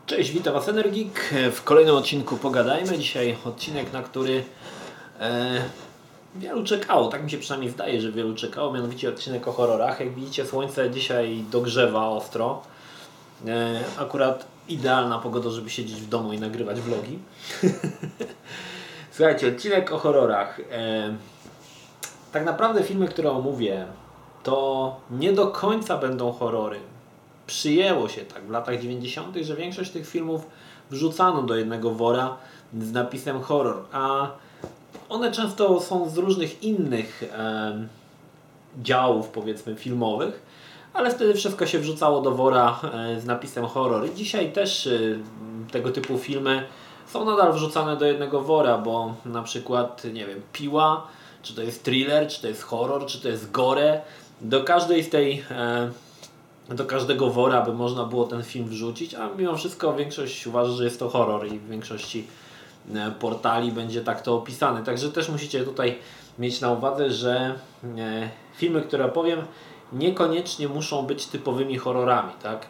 Cześć, witam Was Energik. W kolejnym odcinku pogadajmy. Dzisiaj odcinek, na który wielu czekało. Tak mi się przynajmniej zdaje, że wielu czekało. Mianowicie odcinek o horrorach. Jak widzicie, słońce dzisiaj dogrzewa ostro. Akurat idealna pogoda, żeby siedzieć w domu i nagrywać vlogi. Słuchajcie, odcinek o horrorach. Tak naprawdę filmy, które omówię, to nie do końca będą horrory. Przyjęło się tak w latach 90., że większość tych filmów wrzucano do jednego wora z napisem horror, a one często są z różnych innych działów, powiedzmy, filmowych, ale wtedy wszystko się wrzucało do wora z napisem horror. I dzisiaj też tego typu filmy są nadal wrzucane do jednego wora, bo na przykład, nie wiem, Piła, czy to jest thriller, czy to jest horror, czy to jest gore, do każdej z tej do każdego wora by można było ten film wrzucić, a mimo wszystko większość uważa, że jest to horror i w większości portali będzie tak to opisane. Także też musicie tutaj mieć na uwadze, że filmy, które opowiem, niekoniecznie muszą być typowymi horrorami, tak?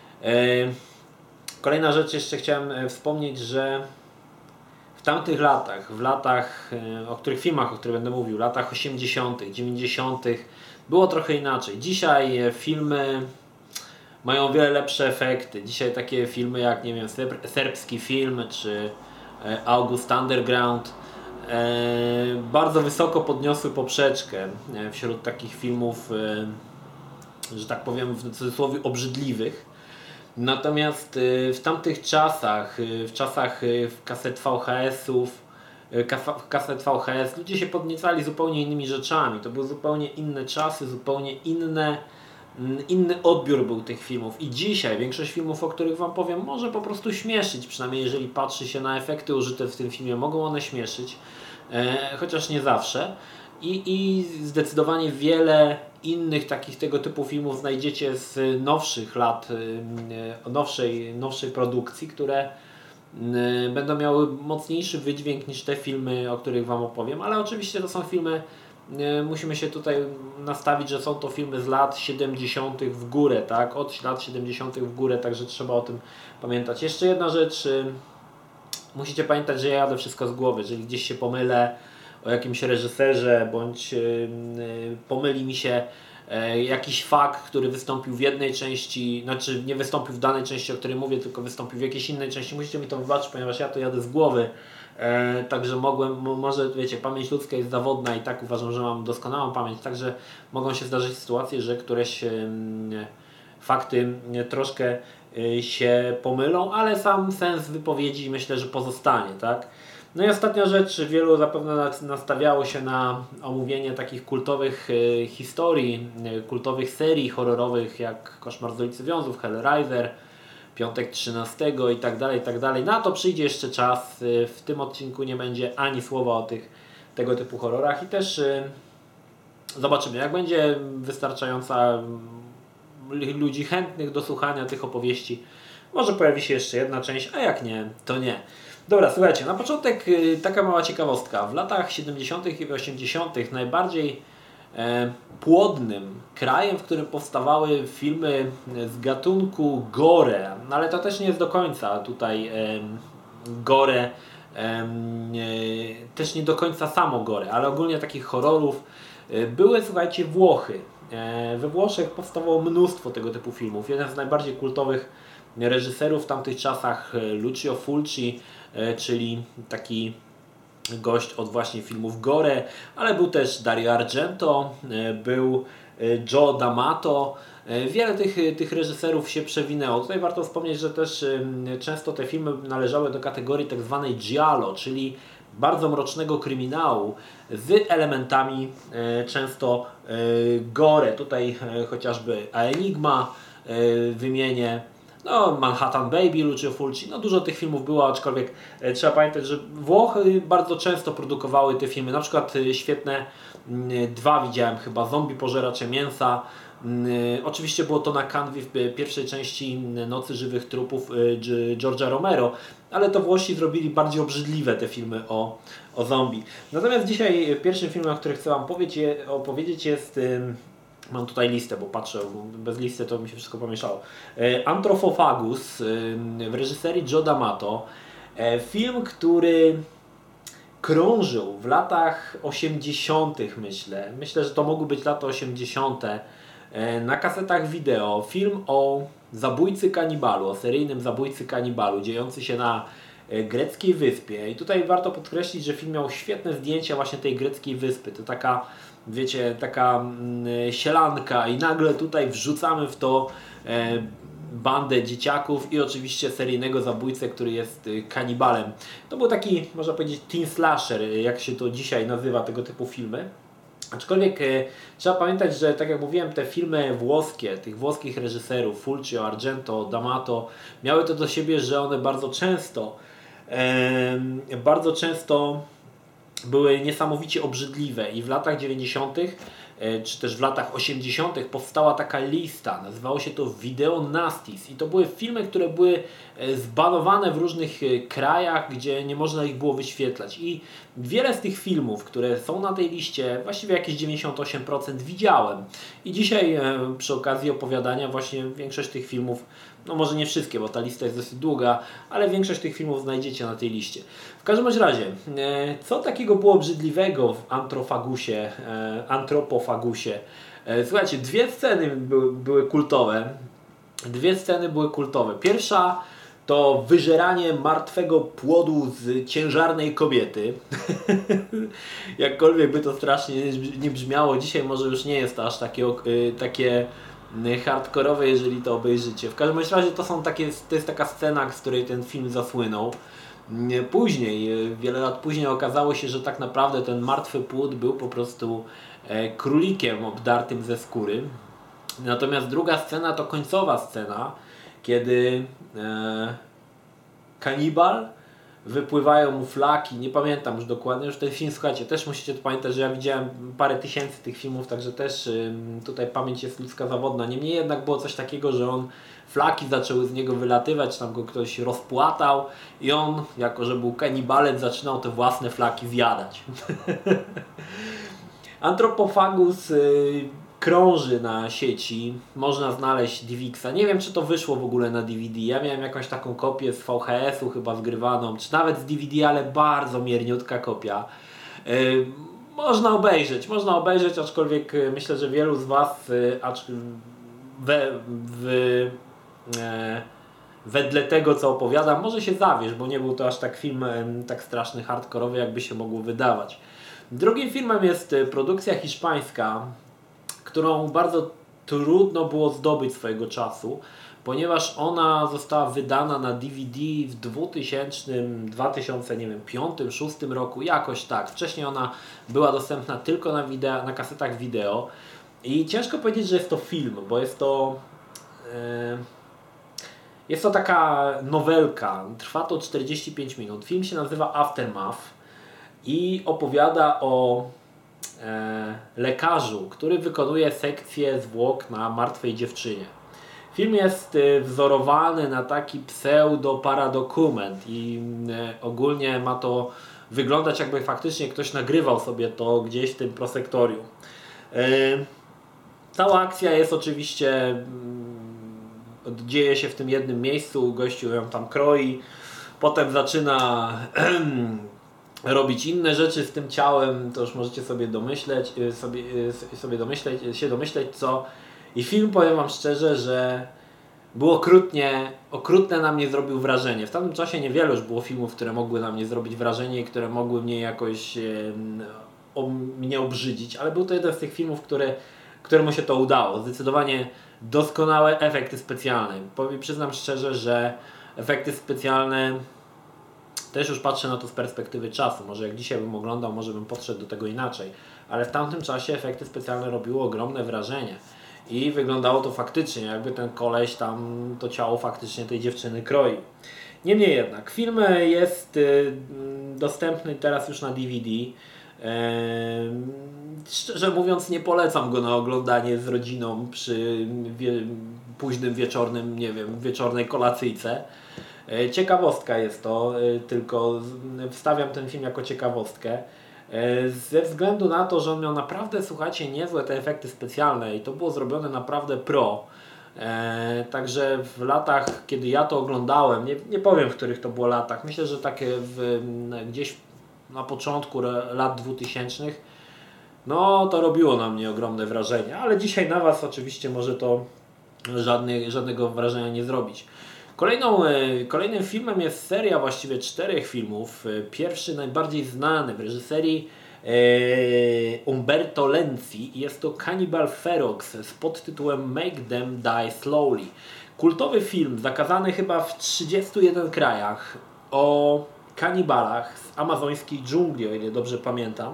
Kolejna rzecz, jeszcze chciałem wspomnieć, że w tamtych latach, w latach, o których filmach, o których będę mówił, latach 80., 90., było trochę inaczej. Dzisiaj filmy mają o wiele lepsze efekty. Dzisiaj takie filmy jak, nie wiem, serbski film czy August Underground bardzo wysoko podniosły poprzeczkę wśród takich filmów, że tak powiem, w cudzysłowie obrzydliwych. Natomiast w tamtych czasach, w czasach kaset VHS ludzie się podniecali zupełnie innymi rzeczami. To były zupełnie inne czasy, zupełnie inny odbiór był tych filmów. I dzisiaj większość filmów, o których Wam powiem, może po prostu śmieszyć. Przynajmniej jeżeli patrzy się na efekty użyte w tym filmie, mogą one śmieszyć. Chociaż nie zawsze. I zdecydowanie wiele innych takich tego typu filmów znajdziecie z nowszych lat, nowszej produkcji, które będą miały mocniejszy wydźwięk niż te filmy, o których Wam opowiem, ale oczywiście to są filmy, musimy się tutaj nastawić, że są to filmy z lat 70. w górę, tak? Od lat 70. w górę, także trzeba o tym pamiętać. Jeszcze jedna rzecz, musicie pamiętać, że ja jadę wszystko z głowy, jeżeli gdzieś się pomylę o jakimś reżyserze, bądź pomyli mi się jakiś fakt, który wystąpił w jednej części, znaczy nie wystąpił w danej części, o której mówię, tylko wystąpił w jakiejś innej części. Musicie mi to wybaczyć, ponieważ ja to jadę z głowy. Także może wiecie, pamięć ludzka jest zawodna i tak uważam, że mam doskonałą pamięć. Także mogą się zdarzyć sytuacje, że któreś fakty troszkę się pomylą, ale sam sens wypowiedzi myślę, że pozostanie, tak? No i ostatnia rzecz, wielu zapewne nastawiało się na omówienie takich kultowych historii, kultowych serii horrorowych jak Koszmar z ulicy Wiązów, Hellraiser, Piątek 13 i tak dalej, i tak dalej. Na to przyjdzie jeszcze czas. W tym odcinku nie będzie ani słowa o tego typu horrorach i też zobaczymy, jak będzie wystarczająca ludzi chętnych do słuchania tych opowieści. Może pojawi się jeszcze jedna część, a jak nie, to nie. Dobra, słuchajcie, na początek taka mała ciekawostka. W latach 70. i 80. najbardziej płodnym krajem, w którym powstawały filmy z gatunku gore, no ale to też nie jest do końca tutaj gore, też nie do końca samo gore, ale ogólnie takich horrorów, były, słuchajcie, Włochy. We Włoszech powstawało mnóstwo tego typu filmów. Jeden z najbardziej kultowych reżyserów w tamtych czasach, Lucio Fulci, czyli taki gość od właśnie filmów gore, ale był też Dario Argento, był Joe D'Amato. Wiele tych reżyserów się przewinęło. Tutaj warto wspomnieć, że też często te filmy należały do kategorii tak zwanej giallo, czyli bardzo mrocznego kryminału z elementami często gore. Tutaj chociażby Enigma wymienię. No, Manhattan Baby, Lucio Fulci, no dużo tych filmów było, aczkolwiek trzeba pamiętać, że Włochy bardzo często produkowały te filmy, na przykład świetne dwa widziałem chyba, Zombie Pożeracze Mięsa, oczywiście było to na kanwie w pierwszej części Nocy Żywych Trupów George'a Romero, ale to Włosi zrobili bardziej obrzydliwe te filmy o zombie. Natomiast dzisiaj pierwszym filmem, o którym chcę Wam opowiedzieć jest Mam tutaj listę, bo patrzę, bez listy to mi się wszystko pomieszało. Anthropophagus w reżyserii Joe D'Amato. Film, który krążył w latach 80. myślę. Myślę, że to mogły być lata 80. Na kasetach wideo. Film o zabójcy kanibalu, o seryjnym zabójcy kanibalu, dziejący się na greckiej wyspie. I tutaj warto podkreślić, że film miał świetne zdjęcia właśnie tej greckiej wyspy. To taka, wiecie, taka sielanka i nagle tutaj wrzucamy w to bandę dzieciaków i oczywiście seryjnego zabójcę, który jest kanibalem. To był taki, można powiedzieć, teen slasher, jak się to dzisiaj nazywa, tego typu filmy. Aczkolwiek trzeba pamiętać, że tak jak mówiłem, te filmy włoskie, tych włoskich reżyserów, Fulci, Argento, D'Amato, miały to do siebie, że one bardzo często były niesamowicie obrzydliwe i w latach 90. Czy też w latach 80. powstała taka lista, nazywało się to Video Nasties i to były filmy, które były zbanowane w różnych krajach, gdzie nie można ich było wyświetlać i wiele z tych filmów, które są na tej liście, właściwie jakieś 98% widziałem i dzisiaj przy okazji opowiadania właśnie większość tych filmów, no może nie wszystkie, bo ta lista jest dosyć długa, ale większość tych filmów znajdziecie na tej liście. W każdym razie, co takiego było obrzydliwego w Anthropofagusie? Słuchajcie, dwie sceny były kultowe. Pierwsza to wyżeranie martwego płodu z ciężarnej kobiety. Jakkolwiek by to strasznie nie brzmiało, dzisiaj może już nie jest to aż takie hardkorowe, jeżeli to obejrzycie. W każdym razie to jest taka scena, z której ten film zasłynął. Później, wiele lat później okazało się, że tak naprawdę ten martwy płód był po prostu królikiem obdartym ze skóry. Natomiast druga scena to końcowa scena, kiedy kanibal, wypływają mu flaki, nie pamiętam już dokładnie, już ten film, słuchajcie, też musicie to pamiętać, że ja widziałem parę tysięcy tych filmów, także też tutaj pamięć jest ludzka zawodna. Niemniej jednak było coś takiego, że flaki zaczęły z niego wylatywać, tam go ktoś rozpłatał i on, jako że był kanibalem, zaczynał te własne flaki zjadać. Anthropophagus krąży na sieci, można znaleźć DivX'a. Nie wiem, czy to wyszło w ogóle na DVD. Ja miałem jakąś taką kopię z VHS-u chyba zgrywaną, czy nawet z DVD, ale bardzo mierniutka kopia. Można obejrzeć, aczkolwiek myślę, że wielu z Was wedle tego, co opowiadam, może się zawieść, bo nie był to aż tak film tak straszny, hardkorowy, jakby się mogło wydawać. Drugim filmem jest produkcja hiszpańska, którą bardzo trudno było zdobyć swojego czasu, ponieważ ona została wydana na DVD w 2005-2006 roku, jakoś tak. Wcześniej ona była dostępna tylko na kasetach wideo i ciężko powiedzieć, że jest to film, bo jest to taka nowelka, trwa to 45 minut. Film się nazywa Aftermath i opowiada o lekarzu, który wykonuje sekcję zwłok na martwej dziewczynie. Film jest wzorowany na taki pseudo-paradokument i ogólnie ma to wyglądać, jakby faktycznie ktoś nagrywał sobie to gdzieś w tym prosektorium. Cała akcja jest oczywiście, dzieje się w tym jednym miejscu, gościu ją tam kroi, potem zaczyna robić inne rzeczy z tym ciałem, to już możecie sobie domyśleć co. I film, powiem Wam szczerze, że był okrutne na mnie zrobił wrażenie. W tamtym czasie niewiele już było filmów, które mogły na mnie zrobić wrażenie i które mogły mnie jakoś mnie obrzydzić, ale był to jeden z tych filmów, któremu się to udało. Zdecydowanie doskonałe efekty specjalne. Przyznam szczerze, że efekty specjalne też już patrzę na to z perspektywy czasu. Może jak dzisiaj bym oglądał, może bym podszedł do tego inaczej. Ale w tamtym czasie efekty specjalne robiły ogromne wrażenie. I wyglądało to faktycznie, jakby ten koleś tam to ciało faktycznie tej dziewczyny kroił. Niemniej jednak, film jest dostępny teraz już na DVD. Szczerze mówiąc, nie polecam go na oglądanie z rodziną przy późnym wieczornym, nie wiem, wieczornej kolacyjce. Ciekawostka jest to, tylko wstawiam ten film jako ciekawostkę. Ze względu na to, że on miał naprawdę, słuchajcie, niezłe te efekty specjalne i to było zrobione naprawdę pro. Także w latach, kiedy ja to oglądałem, nie powiem w których to było latach, myślę, że takie gdzieś na początku lat 2000, no to robiło na mnie ogromne wrażenie, ale dzisiaj na Was oczywiście może to żadnego wrażenia nie zrobić. Kolejnym filmem jest seria właściwie 4 filmów. Pierwszy, najbardziej znany w reżyserii Umberto Lenzi, jest to Cannibal Ferox z podtytułem Make Them Die Slowly. Kultowy film, zakazany chyba w 31 krajach, o kanibalach z amazońskiej dżungli, o ile dobrze pamiętam.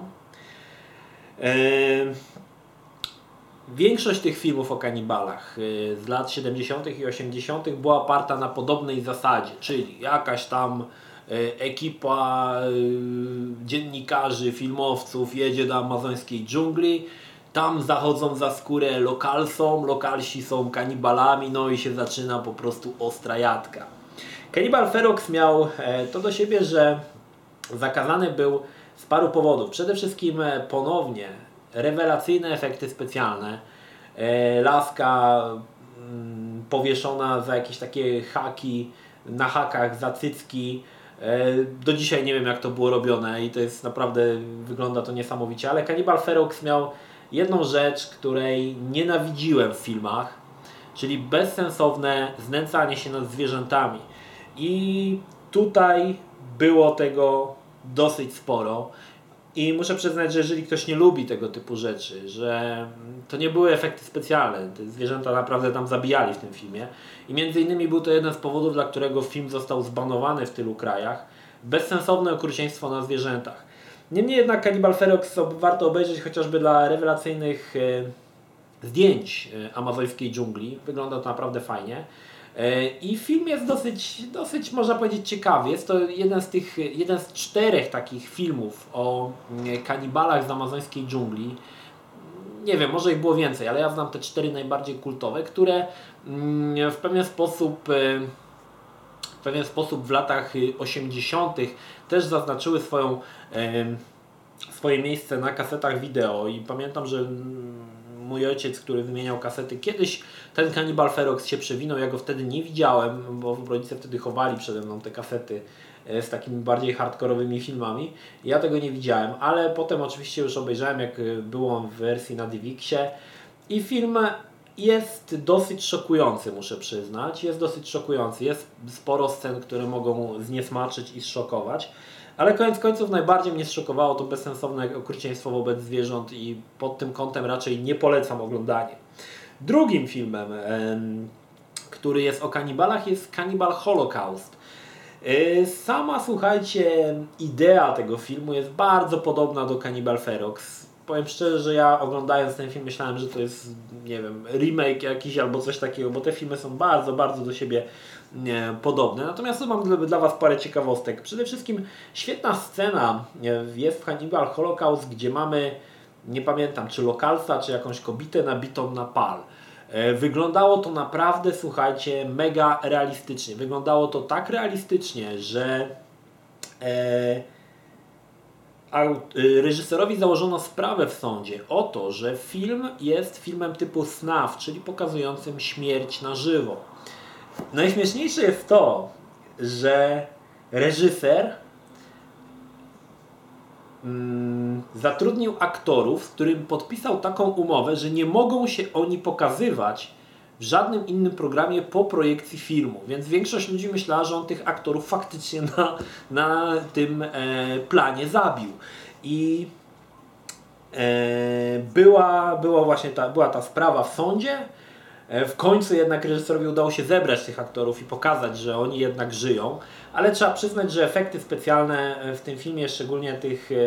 Większość tych filmów o kanibalach z lat 70. i 80. była oparta na podobnej zasadzie, czyli jakaś tam ekipa dziennikarzy, filmowców jedzie do amazońskiej dżungli, tam zachodzą za skórę lokalsom, lokalsi są kanibalami, no i się zaczyna po prostu ostra jadka. Cannibal Ferox miał to do siebie, że zakazany był z paru powodów. Przede wszystkim ponownie rewelacyjne efekty specjalne. Laska powieszona za jakieś takie haki, na hakach za cycki. Do dzisiaj nie wiem, jak to było robione i to jest naprawdę, wygląda to niesamowicie, ale Cannibal Ferox miał jedną rzecz, której nienawidziłem w filmach, czyli bezsensowne znęcanie się nad zwierzętami. I tutaj było tego dosyć sporo. I muszę przyznać, że jeżeli ktoś nie lubi tego typu rzeczy, że to nie były efekty specjalne, te zwierzęta naprawdę tam zabijali w tym filmie i między innymi był to jeden z powodów, dla którego film został zbanowany w tylu krajach, bezsensowne okrucieństwo na zwierzętach. Niemniej jednak Cannibal Ferox warto obejrzeć chociażby dla rewelacyjnych zdjęć amazońskiej dżungli, wygląda to naprawdę fajnie. I film jest dosyć można powiedzieć ciekawy. Jest to jeden z 4 takich filmów o kanibalach z amazońskiej dżungli. Nie wiem, może ich było więcej, ale ja znam te 4 najbardziej kultowe, które w pewien sposób w latach 80. też zaznaczyły swoje miejsce na kasetach wideo i pamiętam, że mój ojciec, który wymieniał kasety, kiedyś ten Cannibal Ferox się przewinął, ja go wtedy nie widziałem, bo rodzice wtedy chowali przede mną te kasety z takimi bardziej hardkorowymi filmami. Ja tego nie widziałem, ale potem oczywiście już obejrzałem, jak było w wersji na DivXie i film jest dosyć szokujący, muszę przyznać. Jest dosyć szokujący. Jest sporo scen, które mogą zniesmaczyć i zszokować. Ale koniec końców najbardziej mnie zszokowało to bezsensowne okrucieństwo wobec zwierząt i pod tym kątem raczej nie polecam oglądania. Drugim filmem, który jest o kanibalach, jest Cannibal Holocaust. Sama, słuchajcie, idea tego filmu jest bardzo podobna do Cannibal Ferox. Powiem szczerze, że ja oglądając ten film myślałem, że to jest, nie wiem, remake jakiś albo coś takiego, bo te filmy są bardzo, bardzo do siebie podobne. Natomiast tu mam dla Was parę ciekawostek. Przede wszystkim świetna scena jest w Cannibal Holocaust, gdzie mamy, nie pamiętam, czy lokalsa, czy jakąś kobietę nabitą na pal. Wyglądało to naprawdę, słuchajcie, mega realistycznie. Wyglądało to tak realistycznie, że reżyserowi założono sprawę w sądzie o to, że film jest filmem typu snuff, czyli pokazującym śmierć na żywo. Najśmieszniejsze jest to, że reżyser zatrudnił aktorów, z którym podpisał taką umowę, że nie mogą się oni pokazywać w żadnym innym programie po projekcji filmu. Więc większość ludzi myślała, że on tych aktorów faktycznie na tym planie zabił. I była ta sprawa w sądzie. W końcu jednak reżyserowi udało się zebrać tych aktorów i pokazać, że oni jednak żyją, ale trzeba przyznać, że efekty specjalne w tym filmie, szczególnie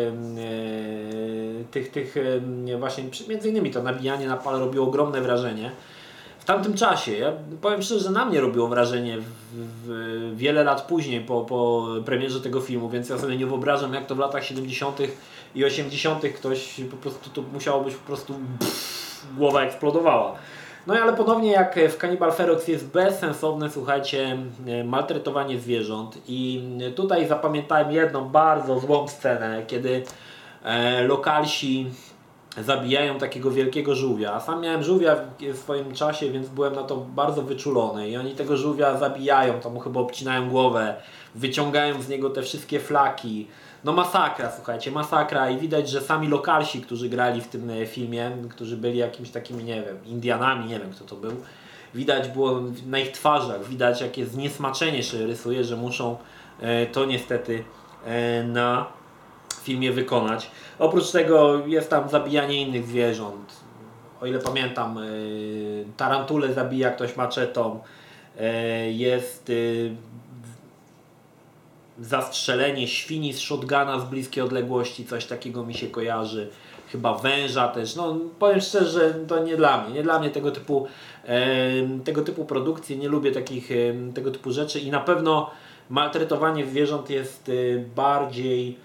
właśnie między innymi to nabijanie na pal robiło ogromne wrażenie. W tamtym czasie, ja powiem szczerze, że na mnie robiło wrażenie wiele lat później po premierze tego filmu, więc ja sobie nie wyobrażam, jak to w latach 70. i 80. ktoś po prostu, to musiało być po prostu głowa eksplodowała. No ale ponownie jak w Cannibal Ferox jest bezsensowne, słuchajcie, maltretowanie zwierząt i tutaj zapamiętałem jedną bardzo złą scenę, kiedy lokalsi zabijają takiego wielkiego żółwia. Sam miałem żółwia w swoim czasie, więc byłem na to bardzo wyczulony i oni tego żółwia zabijają, tam mu chyba obcinają głowę, wyciągają z niego te wszystkie flaki. No masakra, słuchajcie, masakra i widać, że sami lokalsi, którzy grali w tym filmie, którzy byli jakimiś takimi, nie wiem, Indianami, nie wiem kto to był, widać było na ich twarzach, widać jakie zniesmaczenie się rysuje, że muszą to niestety na filmie wykonać. Oprócz tego jest tam zabijanie innych zwierząt. O ile pamiętam, tarantule zabija ktoś maczetą. Jest zastrzelenie świni z shotguna z bliskiej odległości, coś takiego mi się kojarzy. Chyba węża też. No powiem szczerze, to nie dla mnie tego typu produkcji, nie lubię tego typu rzeczy i na pewno maltretowanie zwierząt jest bardziej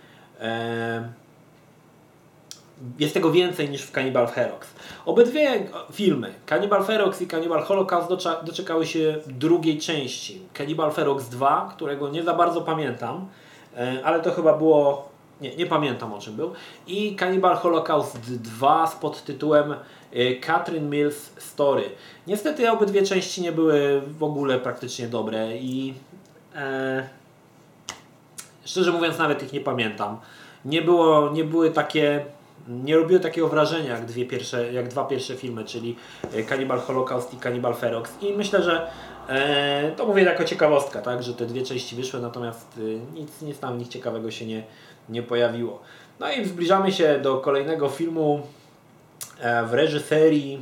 jest tego więcej niż w Cannibal Ferox. Obydwie filmy, Cannibal Ferox i Cannibal Holocaust, doczekały się drugiej części. Cannibal Ferox 2, którego nie za bardzo pamiętam, ale to chyba było... Nie pamiętam o czym był. I Cannibal Holocaust 2 z podtytułem Catherine Mills Story. Niestety obydwie części nie były w ogóle praktycznie dobre i szczerze mówiąc nawet ich nie pamiętam. Nie robiły takiego wrażenia jak dwa pierwsze filmy, czyli Cannibal Holocaust i Cannibal Ferox. I myślę, że to mówię jako ciekawostka, tak, że te dwie części wyszły, natomiast nic tam w nich ciekawego się nie pojawiło. No i zbliżamy się do kolejnego filmu w reżyserii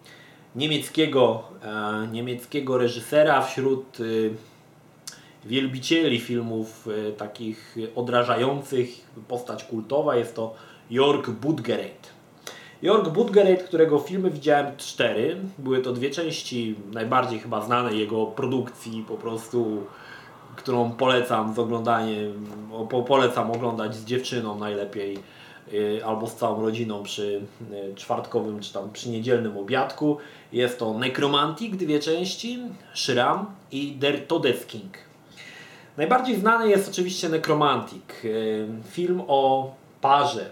niemieckiego reżysera wśród wielbicieli filmów takich odrażających, postać kultowa, jest to Jörg Buttgereit. Jörg Buttgereit, którego filmy widziałem 4. Były to dwie części najbardziej chyba znanej jego produkcji, po prostu, którą polecam z oglądaniem, polecam oglądać z dziewczyną najlepiej, albo z całą rodziną przy czwartkowym czy tam przy niedzielnym obiadku. Jest to Necromantic, dwie części, Schramm i Der Todesking. Najbardziej znany jest oczywiście Necromantic, film o parze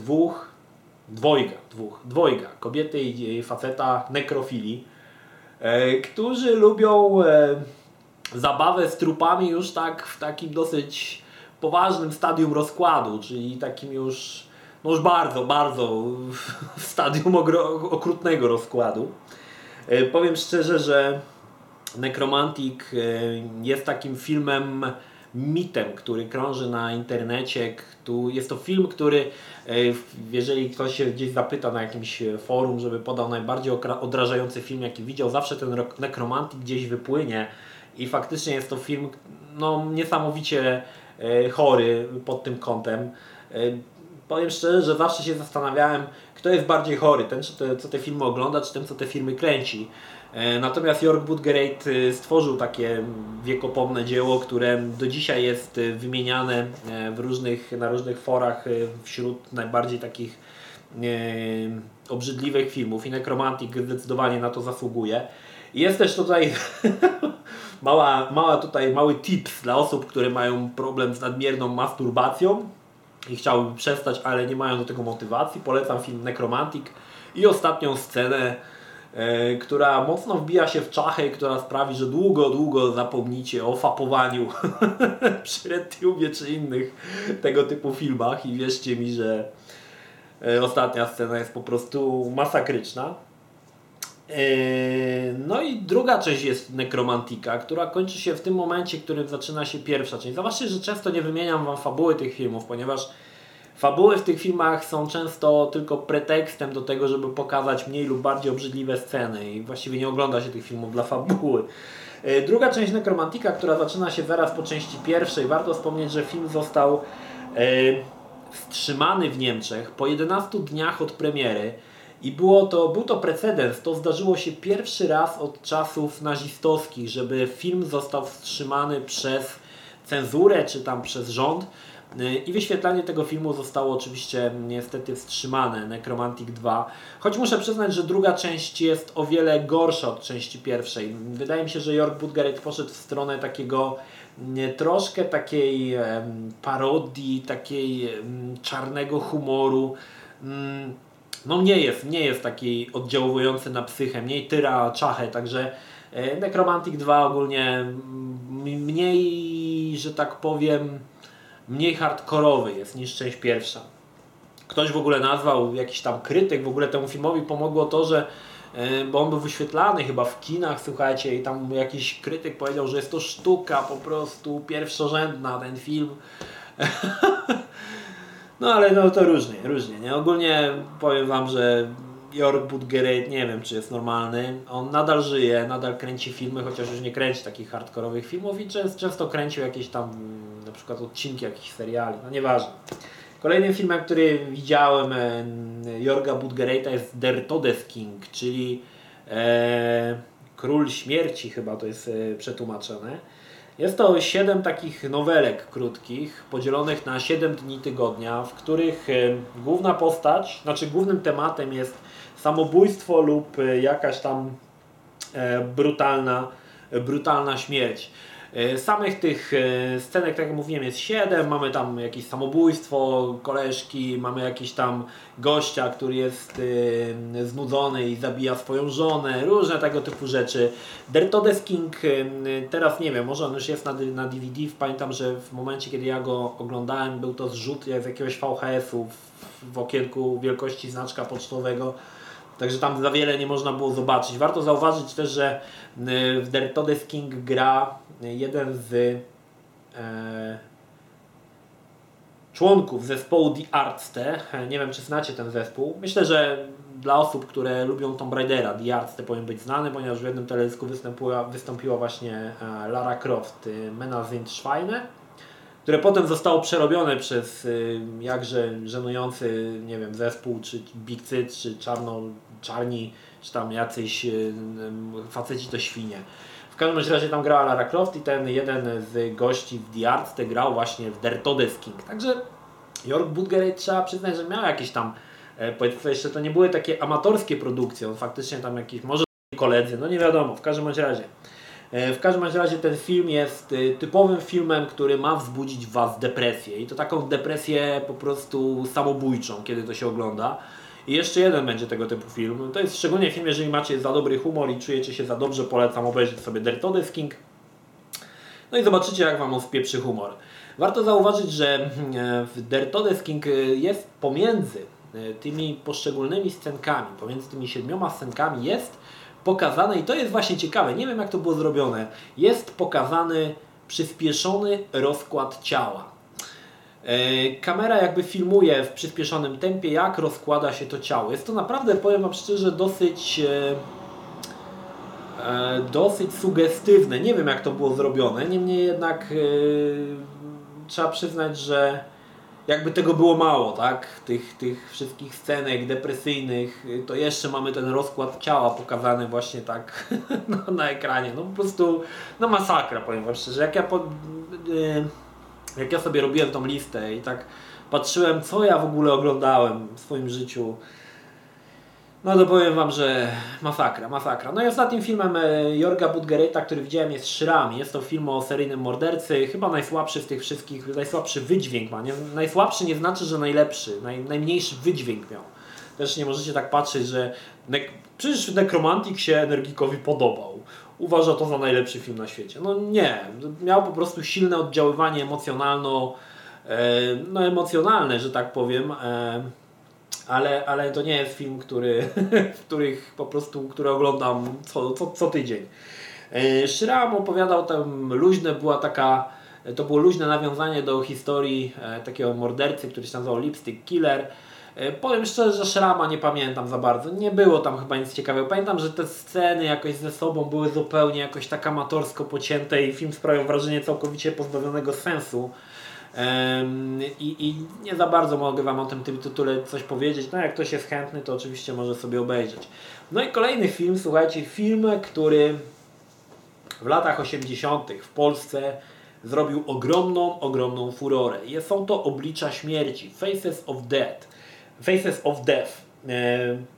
dwojga, kobiety i faceta nekrofili, którzy lubią zabawę z trupami już tak w takim dosyć poważnym stadium rozkładu, czyli takim już bardzo w stadium okrutnego rozkładu. Powiem szczerze, że Necromantic jest takim filmem mitem, który krąży na internecie. Jest to film, który, jeżeli ktoś się gdzieś zapyta na jakimś forum, żeby podał najbardziej odrażający film, jaki widział, zawsze ten Necromantic gdzieś wypłynie i faktycznie jest to film niesamowicie chory pod tym kątem. Powiem szczerze, że zawsze się zastanawiałem, kto jest bardziej chory, ten co te filmy ogląda, czy ten co te filmy kręci. Natomiast Jörg Buttgereit stworzył takie wiekopomne dzieło, które do dzisiaj jest wymieniane na różnych forach wśród najbardziej takich obrzydliwych filmów i Necromantic zdecydowanie na to zasługuje. Jest też tutaj mały tips dla osób, które mają problem z nadmierną masturbacją i chciałby przestać, ale nie mają do tego motywacji. Polecam film Necromantic i ostatnią scenę, która mocno wbija się w czachę i która sprawi, że długo zapomnicie o fapowaniu przy RedTubie czy innych tego typu filmach i wierzcie mi, że ostatnia scena jest po prostu masakryczna. No i druga część jest Necromantica, która kończy się w tym momencie, w którym zaczyna się pierwsza część. Zobaczcie, że często nie wymieniam Wam fabuły tych filmów, ponieważ fabuły w tych filmach są często tylko pretekstem do tego, żeby pokazać mniej lub bardziej obrzydliwe sceny i właściwie nie ogląda się tych filmów dla fabuły. Druga część Necromantica, która zaczyna się zaraz po części pierwszej, warto wspomnieć, że film został wstrzymany w Niemczech po 11 dniach od premiery i był to precedens. To zdarzyło się pierwszy raz od czasów nazistowskich, żeby film został wstrzymany przez cenzurę czy tam przez rząd. I wyświetlanie tego filmu zostało oczywiście niestety wstrzymane, Necromantic 2. Choć muszę przyznać, że druga część jest o wiele gorsza od części pierwszej. Wydaje mi się, że Jörg Buttgereit poszedł w stronę takiego troszkę takiej parodii, takiej czarnego humoru. No nie jest taki oddziałujący na psychę, mniej tyra czachę, także Necromantic 2 ogólnie mniej, że tak powiem, mniej hardkorowy jest niż część pierwsza. Ktoś w ogóle nazwał, jakiś tam krytyk, w ogóle temu filmowi pomogło to, że bo on był wyświetlany chyba w kinach, słuchajcie, i tam jakiś krytyk powiedział, że jest to sztuka po prostu pierwszorzędna, ten film. No ale no to różnie, nie? Ogólnie powiem wam, że Jörg Buttgereit, nie wiem czy jest normalny, on nadal żyje, nadal kręci filmy, chociaż już nie kręci takich hardkorowych filmów i często kręcił jakieś tam na przykład odcinki jakichś seriali, no nieważne. Kolejnym filmem, który widziałem Jörga Buttgereita jest Der Todesking, czyli Król Śmierci chyba to jest przetłumaczone. Jest to 7 takich nowelek krótkich, podzielonych na 7 dni tygodnia, w których główna postać, znaczy głównym tematem jest samobójstwo lub jakaś tam brutalna śmierć. Samych tych scenek, tak jak mówiłem, jest 7. Mamy tam jakieś samobójstwo koleżki, mamy jakiś tam gościa, który jest znudzony i zabija swoją żonę, różne tego typu rzeczy. Der Todesking, teraz nie wiem, może on już jest na DVD. Pamiętam, że w momencie, kiedy ja go oglądałem, był to zrzut z jakiegoś VHS-u w okienku wielkości znaczka pocztowego. Także tam za wiele nie można było zobaczyć. Warto zauważyć też, że w Der Todesking gra jeden z członków zespołu Die Ärzte. Nie wiem, czy znacie ten zespół. Myślę, że dla osób, które lubią Tomb Raidera, Die Ärzte powinien być znany, ponieważ w jednym teledysku wystąpiła właśnie Lara Croft, Männer sind Schweine, które potem zostało przerobione przez jakże żenujący, nie wiem, zespół, czy Big Cyt, czy czarni, czy tam jacyś faceci to świnie. W każdym razie tam grała Lara Croft i ten jeden z gości w Die Ärzte grał właśnie w Der Todesking. Także Jörg Buttgereit, trzeba przyznać, że miał jakieś tam, powiedzmy jeszcze, to nie były takie amatorskie produkcje, on faktycznie tam jakieś, może koledzy, no nie wiadomo, w każdym razie. W każdym razie ten film jest typowym filmem, który ma wzbudzić w Was depresję i to taką depresję po prostu samobójczą, kiedy to się ogląda. I jeszcze jeden będzie tego typu film. To jest szczególnie film, jeżeli macie za dobry humor i czujecie się za dobrze, polecam obejrzeć sobie Der Todesking. No i zobaczycie, jak Wam on wpieprzy humor. Warto zauważyć, że w Der Todesking jest pomiędzy tymi poszczególnymi scenkami, pomiędzy tymi 7 scenkami jest pokazane, i to jest właśnie ciekawe, nie wiem jak to było zrobione, jest pokazany przyspieszony rozkład ciała. Kamera jakby filmuje w przyspieszonym tempie, jak rozkłada się to ciało. Jest to naprawdę, powiem Wam szczerze, dosyć sugestywne. Nie wiem jak to było zrobione, niemniej jednak trzeba przyznać, że jakby tego było mało, tak? Tych wszystkich scenek depresyjnych, to jeszcze mamy ten rozkład ciała pokazany właśnie tak na ekranie. No po prostu, no masakra, powiem Wam szczerze. Jak ja sobie robiłem tą listę i tak patrzyłem, co ja w ogóle oglądałem w swoim życiu, no to powiem Wam, że masakra. No i ostatnim filmem Jörga Buttgereita, który widziałem, jest Szram. Jest to film o seryjnym mordercy, chyba najsłabszy z tych wszystkich, najsłabszy wydźwięk ma. Najsłabszy nie znaczy, że najlepszy, najmniejszy wydźwięk miał. Też nie możecie tak patrzeć, że przecież Necromantic się Energikowi podobał. Uważa to za najlepszy film na świecie. No nie, miał po prostu silne oddziaływanie emocjonalne, że tak powiem. Ale to nie jest film, który oglądam co tydzień. Szram opowiadał tam to było luźne nawiązanie do historii takiego mordercy, który się nazywał Lipstick Killer. Powiem szczerze, że Szrama nie pamiętam za bardzo, nie było tam chyba nic ciekawego. Pamiętam, że te sceny jakoś ze sobą były zupełnie jakoś tak amatorsko pocięte i film sprawiał wrażenie całkowicie pozbawionego sensu. I nie za bardzo mogę Wam o tym tytule coś powiedzieć. No jak ktoś jest chętny, to oczywiście może sobie obejrzeć. No i kolejny film, słuchajcie, film, który w latach 80. w Polsce zrobił ogromną furorę. Są to Oblicza Śmierci, Faces of Death.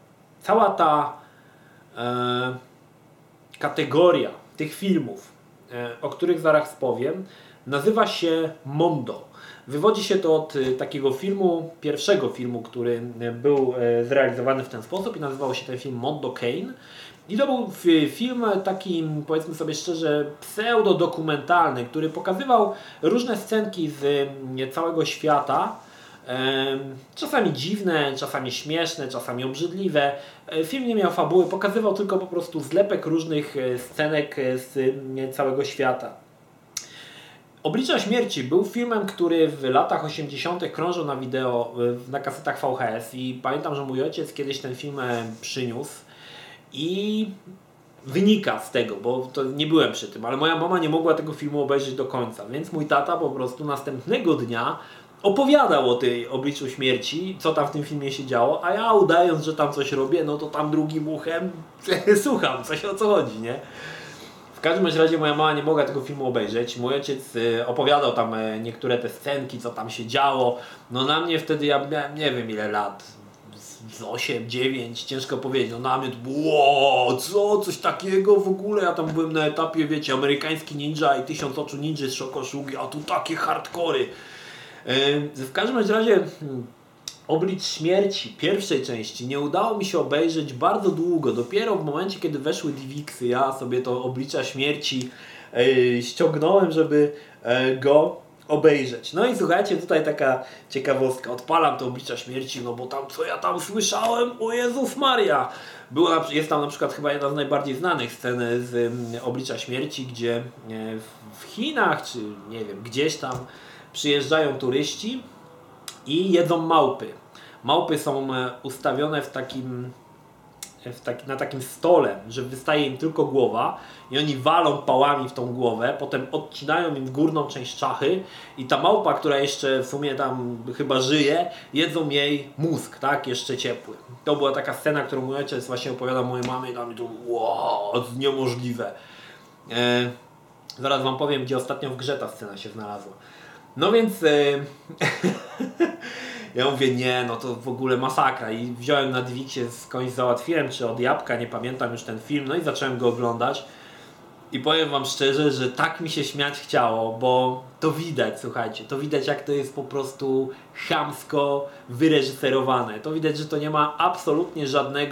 Cała ta kategoria tych filmów o których zaraz powiem, nazywa się Mondo. Wywodzi się to od takiego filmu, pierwszego filmu, który był zrealizowany w ten sposób i nazywał się ten film Mondo Cane. I to był film taki, powiedzmy sobie szczerze, pseudo-dokumentalny, który pokazywał różne scenki z całego świata. Czasami dziwne, czasami śmieszne, czasami obrzydliwe. Film nie miał fabuły, pokazywał tylko po prostu zlepek różnych scenek z całego świata. Oblicza śmierci był filmem, który w latach 80. krążył na wideo, na kasetach VHS i pamiętam, że mój ojciec kiedyś ten film przyniósł i wynika z tego, bo to nie byłem przy tym, ale moja mama nie mogła tego filmu obejrzeć do końca, więc mój tata po prostu następnego dnia opowiadał o tej Obliczu śmierci, co tam w tym filmie się działo, a ja udając, że tam coś robię, no to tam drugim uchem słucham, o co chodzi, nie? W każdym razie moja mama nie mogła tego filmu obejrzeć. Mój ojciec opowiadał tam niektóre te scenki, co tam się działo. No na mnie wtedy, ja miałem nie wiem ile lat, z 8, 9, ciężko powiedzieć. No na mnie to było, co, coś takiego w ogóle. Ja tam byłem na etapie, wiecie, amerykański ninja i 1000 oczu ninja z Shokoshugi, a tu takie hardkory. W każdym razie Oblicz śmierci pierwszej części nie udało mi się obejrzeć bardzo długo. Dopiero w momencie, kiedy weszły DivXy, ja sobie to Oblicza śmierci ściągnąłem, żeby go obejrzeć. No i słuchajcie, tutaj taka ciekawostka. Odpalam to Oblicza śmierci, no bo tam co ja tam słyszałem, o Jezus Maria! Jest tam na przykład chyba jedna z najbardziej znanych scen z Oblicza śmierci, gdzie w Chinach, czy nie wiem, gdzieś tam przyjeżdżają turyści i jedzą małpy. Małpy są ustawione na takim stole, że wystaje im tylko głowa i oni walą pałami w tą głowę, potem odcinają im górną część czachy i ta małpa, która jeszcze w sumie tam chyba żyje, jedzą jej mózg, tak, jeszcze ciepły. To była taka scena, którą mój ojciec właśnie opowiadał mojej mamie i dla mnie to wow, niemożliwe. Zaraz wam powiem, gdzie ostatnio w grze ta scena się znalazła. No więc ja mówię, nie, no to w ogóle masakra i wziąłem na DivXie, skądś załatwiłem, czy od Jabłka, nie pamiętam już ten film, no i zacząłem go oglądać i powiem wam szczerze, że tak mi się śmiać chciało, bo to widać, słuchajcie, to widać jak to jest po prostu chamsko wyreżyserowane, to widać, że to nie ma absolutnie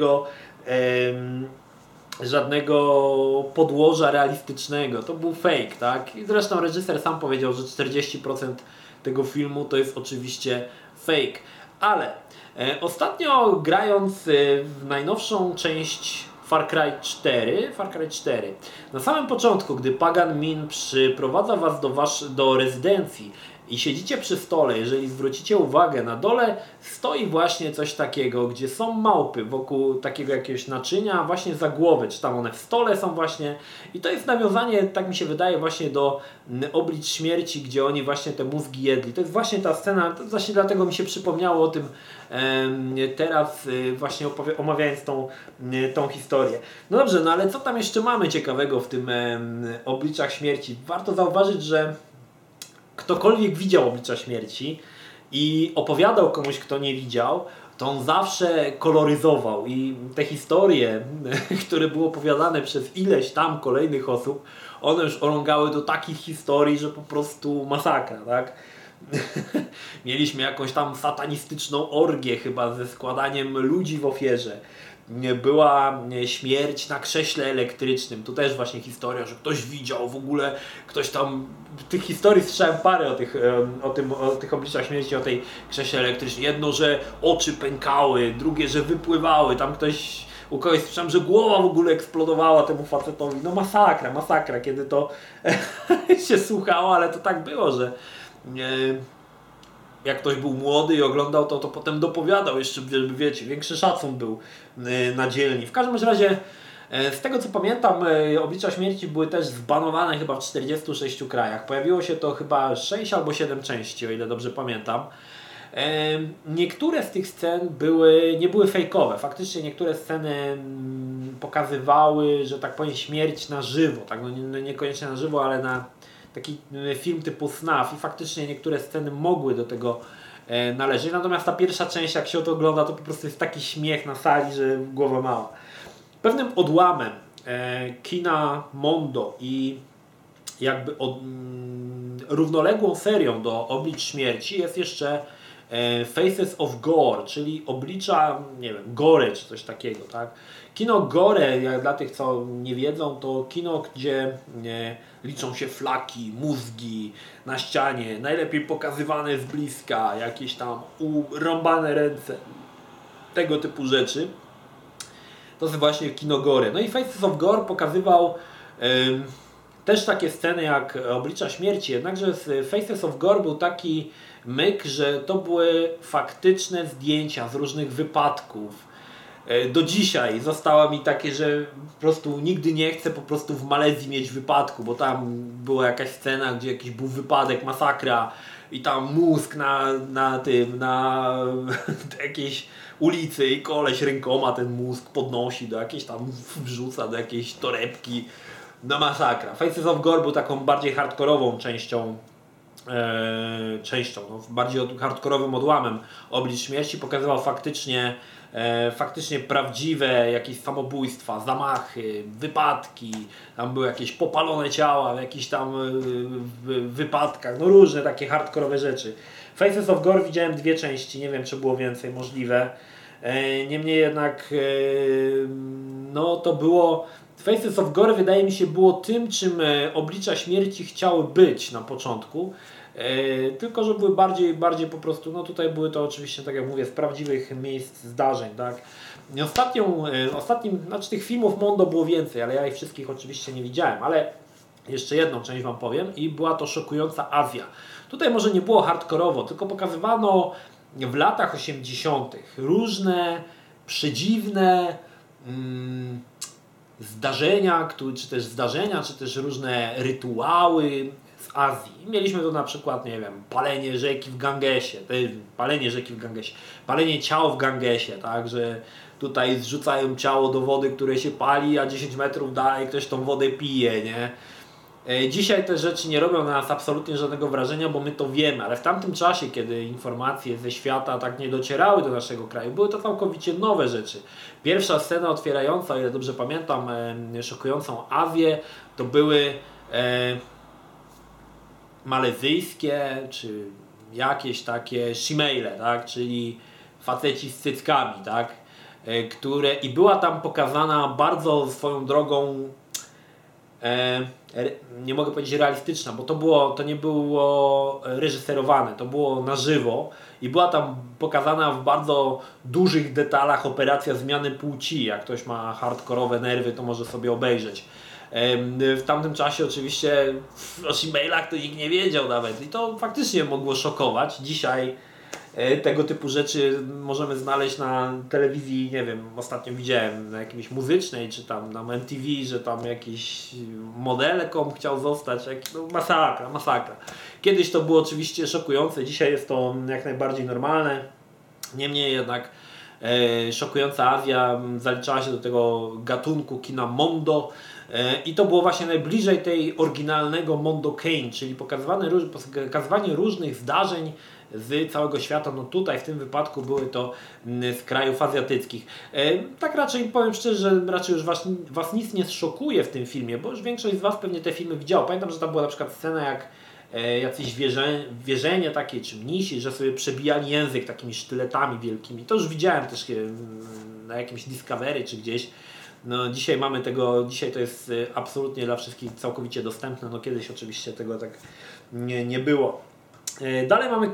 żadnego podłoża realistycznego, to był fake, tak? I zresztą reżyser sam powiedział, że 40% tego filmu to jest oczywiście fake. Ale ostatnio grając w najnowszą część Far Cry 4, na samym początku, gdy Pagan Min przyprowadza was do rezydencji i siedzicie przy stole, jeżeli zwrócicie uwagę, na dole stoi właśnie coś takiego, gdzie są małpy wokół takiego jakiegoś naczynia, właśnie za głowy, czy tam one w stole są właśnie i to jest nawiązanie, tak mi się wydaje, właśnie do Oblicz śmierci, gdzie oni właśnie te mózgi jedli. To jest właśnie ta scena, to właśnie dlatego mi się przypomniało o tym teraz właśnie omawiając tą historię. No dobrze, no ale co tam jeszcze mamy ciekawego w tym Obliczach śmierci? Warto zauważyć, że ktokolwiek widział Oblicza śmierci i opowiadał komuś, kto nie widział, to on zawsze koloryzował i te historie, które były opowiadane przez ileś tam kolejnych osób, one już orągały do takich historii, że po prostu masakra, tak? Mieliśmy jakąś tam satanistyczną orgię chyba ze składaniem ludzi w ofierze. Była śmierć na krześle elektrycznym. Tu też właśnie historia, że ktoś widział w ogóle, ktoś tam... Tych historii słyszałem parę o tych obliczach śmierci, o tej krześle elektrycznej. Jedno, że oczy pękały, drugie, że wypływały. Tam ktoś... U kogoś słyszałem, że głowa w ogóle eksplodowała temu facetowi. No masakra, kiedy to się słuchało, ale to tak było, że... Jak ktoś był młody i oglądał to potem dopowiadał jeszcze, żeby wiecie, większy szacun był na dzielni. W każdym razie, z tego co pamiętam, Oblicza śmierci były też zbanowane chyba w 46 krajach. Pojawiło się to chyba 6 albo 7 części, o ile dobrze pamiętam. Niektóre z tych scen nie były fejkowe. Faktycznie niektóre sceny pokazywały, że tak powiem, śmierć na żywo. Tak? No niekoniecznie na żywo, ale na taki film typu FNAF i faktycznie niektóre sceny mogły do tego należeć. Natomiast ta pierwsza część, jak się to ogląda, to po prostu jest taki śmiech na sali, że głowa mała. Pewnym odłamem kina Mondo i jakby równoległą serią do Oblicz Śmierci jest jeszcze Faces of Gore, czyli oblicza, nie wiem, Gore czy coś takiego, tak? Kino Gore, jak dla tych, co nie wiedzą, to kino, gdzie liczą się flaki, mózgi na ścianie, najlepiej pokazywane z bliska, jakieś tam urąbane ręce, tego typu rzeczy. To jest właśnie kino Gore. No i Faces of Gore pokazywał też takie sceny jak Oblicza Śmierci, jednakże z Faces of Gore był taki myk, że to były faktyczne zdjęcia z różnych wypadków. Do dzisiaj została mi takie, że po prostu nigdy nie chcę po prostu w Malezji mieć wypadku, bo tam była jakaś scena, gdzie jakiś był wypadek, masakra i tam mózg na jakiejś ulicy i koleś rękoma ten mózg podnosi do jakiejś tam, wrzuca do jakiejś torebki. No masakra. Faces of Gore był taką bardziej hardkorową częścią, bardziej hardkorowym odłamem Oblicz Śmierci. Pokazywał faktycznie prawdziwe jakieś samobójstwa, zamachy, wypadki, tam były jakieś popalone ciała w jakichś tam wypadkach, no różne takie hardkorowe rzeczy. Faces of Gore widziałem 2 części, nie wiem czy było więcej, możliwe. Niemniej jednak no to było... Faces of Gore wydaje mi się było tym, czym Oblicza Śmierci chciały być na początku. Tylko że były bardziej po prostu, no tutaj były to oczywiście, tak jak mówię, z prawdziwych miejsc zdarzeń, tak. Znaczy tych filmów Mondo było więcej, ale ja ich wszystkich oczywiście nie widziałem, ale jeszcze jedną część Wam powiem i była to Szokująca Azja. Tutaj może nie było hardkorowo, tylko pokazywano w latach 80. różne przedziwne zdarzenia, czy też różne rytuały z Azji. Mieliśmy tu na przykład, nie wiem, palenie ciał w Gangesie, tak, że tutaj zrzucają ciało do wody, które się pali, a 10 metrów dalej ktoś tą wodę pije, nie? Dzisiaj te rzeczy nie robią na nas absolutnie żadnego wrażenia, bo my to wiemy, ale w tamtym czasie, kiedy informacje ze świata tak nie docierały do naszego kraju, były to całkowicie nowe rzeczy. Pierwsza scena otwierająca, o ile dobrze pamiętam, Szokującą Azję, to były malezyjskie, czy jakieś takie shimejle, tak, czyli faceci z cyckami, tak, i była tam pokazana bardzo swoją drogą nie mogę powiedzieć realistyczna, bo to nie było reżyserowane, to było na żywo i była tam pokazana w bardzo dużych detalach operacja zmiany płci. Jak ktoś ma hardkorowe nerwy, to może sobie obejrzeć. W tamtym czasie oczywiście o shimejlach to nikt nie wiedział nawet i to faktycznie mogło szokować. Dzisiaj tego typu rzeczy możemy znaleźć na telewizji, nie wiem, ostatnio widziałem na jakimś muzycznej, czy tam na MTV, że tam jakiś modelką chciał zostać, no masakra. Kiedyś to było oczywiście szokujące, dzisiaj jest to jak najbardziej normalne, niemniej jednak Szokująca Azja zaliczała się do tego gatunku kina Mondo i to było właśnie najbliżej tej oryginalnego Mondo Cane, czyli pokazywanie różnych zdarzeń z całego świata. No tutaj w tym wypadku były to z krajów azjatyckich. Tak raczej powiem szczerze, że raczej już was nic nie zszokuje w tym filmie, bo już większość z Was pewnie te filmy widziało. Pamiętam, że tam była na przykład scena jak jacyś wierzenie takie, czy mnisi, że sobie przebijali język takimi sztyletami wielkimi. To już widziałem też na jakimś Discovery czy gdzieś. No dzisiaj to jest absolutnie dla wszystkich całkowicie dostępne. No kiedyś oczywiście tego tak nie było. Dalej mamy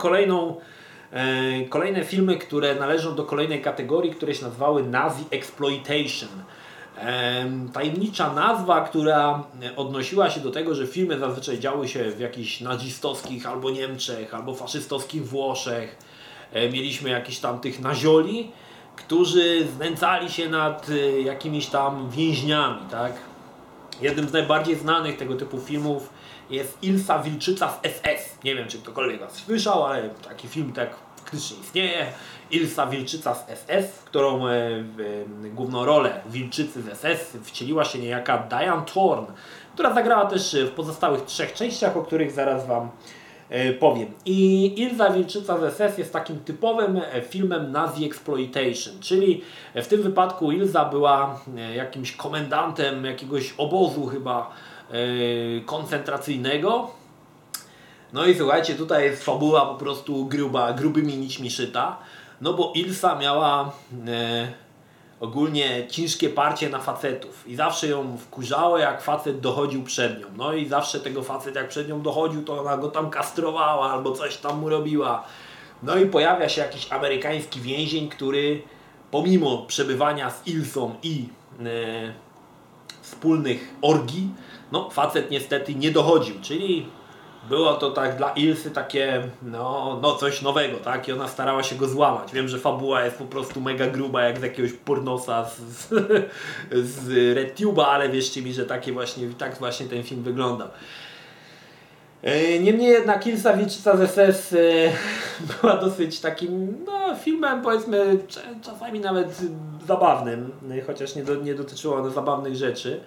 kolejne filmy, które należą do kolejnej kategorii, które się nazywały Nazi Exploitation. Tajemnicza nazwa, która odnosiła się do tego, że filmy zazwyczaj działy się w jakichś nazistowskich albo Niemczech, albo faszystowskich Włoszech. Mieliśmy jakichś tam tych nazioli, którzy znęcali się nad jakimiś tam więźniami, tak? Jednym z najbardziej znanych tego typu filmów jest Ilsa Wilczyca z SS. Nie wiem, czy ktokolwiek Was słyszał, ale taki film tak faktycznie istnieje. Ilsa Wilczyca z SS, w którą główną rolę Wilczycy z SS wcieliła się niejaka Diane Thorne, która zagrała też w pozostałych 3 częściach, o których zaraz Wam powiem. I Ilsa Wilczyca z SS jest takim typowym filmem Nazi Exploitation, czyli w tym wypadku Ilsa była jakimś komendantem jakiegoś obozu chyba koncentracyjnego. No i słuchajcie, tutaj jest fabuła po prostu grubymi nićmi szyta, no bo Ilsa miała ogólnie ciężkie parcie na facetów i zawsze ją wkurzało, jak facet dochodził przed nią. No i zawsze tego facet jak przed nią dochodził, to ona go tam kastrowała albo coś tam mu robiła. No i pojawia się jakiś amerykański więzień, który pomimo przebywania z Ilsą i wspólnych orgii, no facet niestety nie dochodził, czyli było to tak dla Ilsy takie no coś nowego, tak? I ona starała się go złamać. Wiem, że fabuła jest po prostu mega gruba, jak z jakiegoś pornosa z RedTube'a, ale wierzcie mi, że tak właśnie ten film wyglądał. Niemniej jednak Ilsa Wilczyca z SS była dosyć takim filmem, powiedzmy, czasami nawet zabawnym, chociaż nie dotyczyło ono zabawnych rzeczy.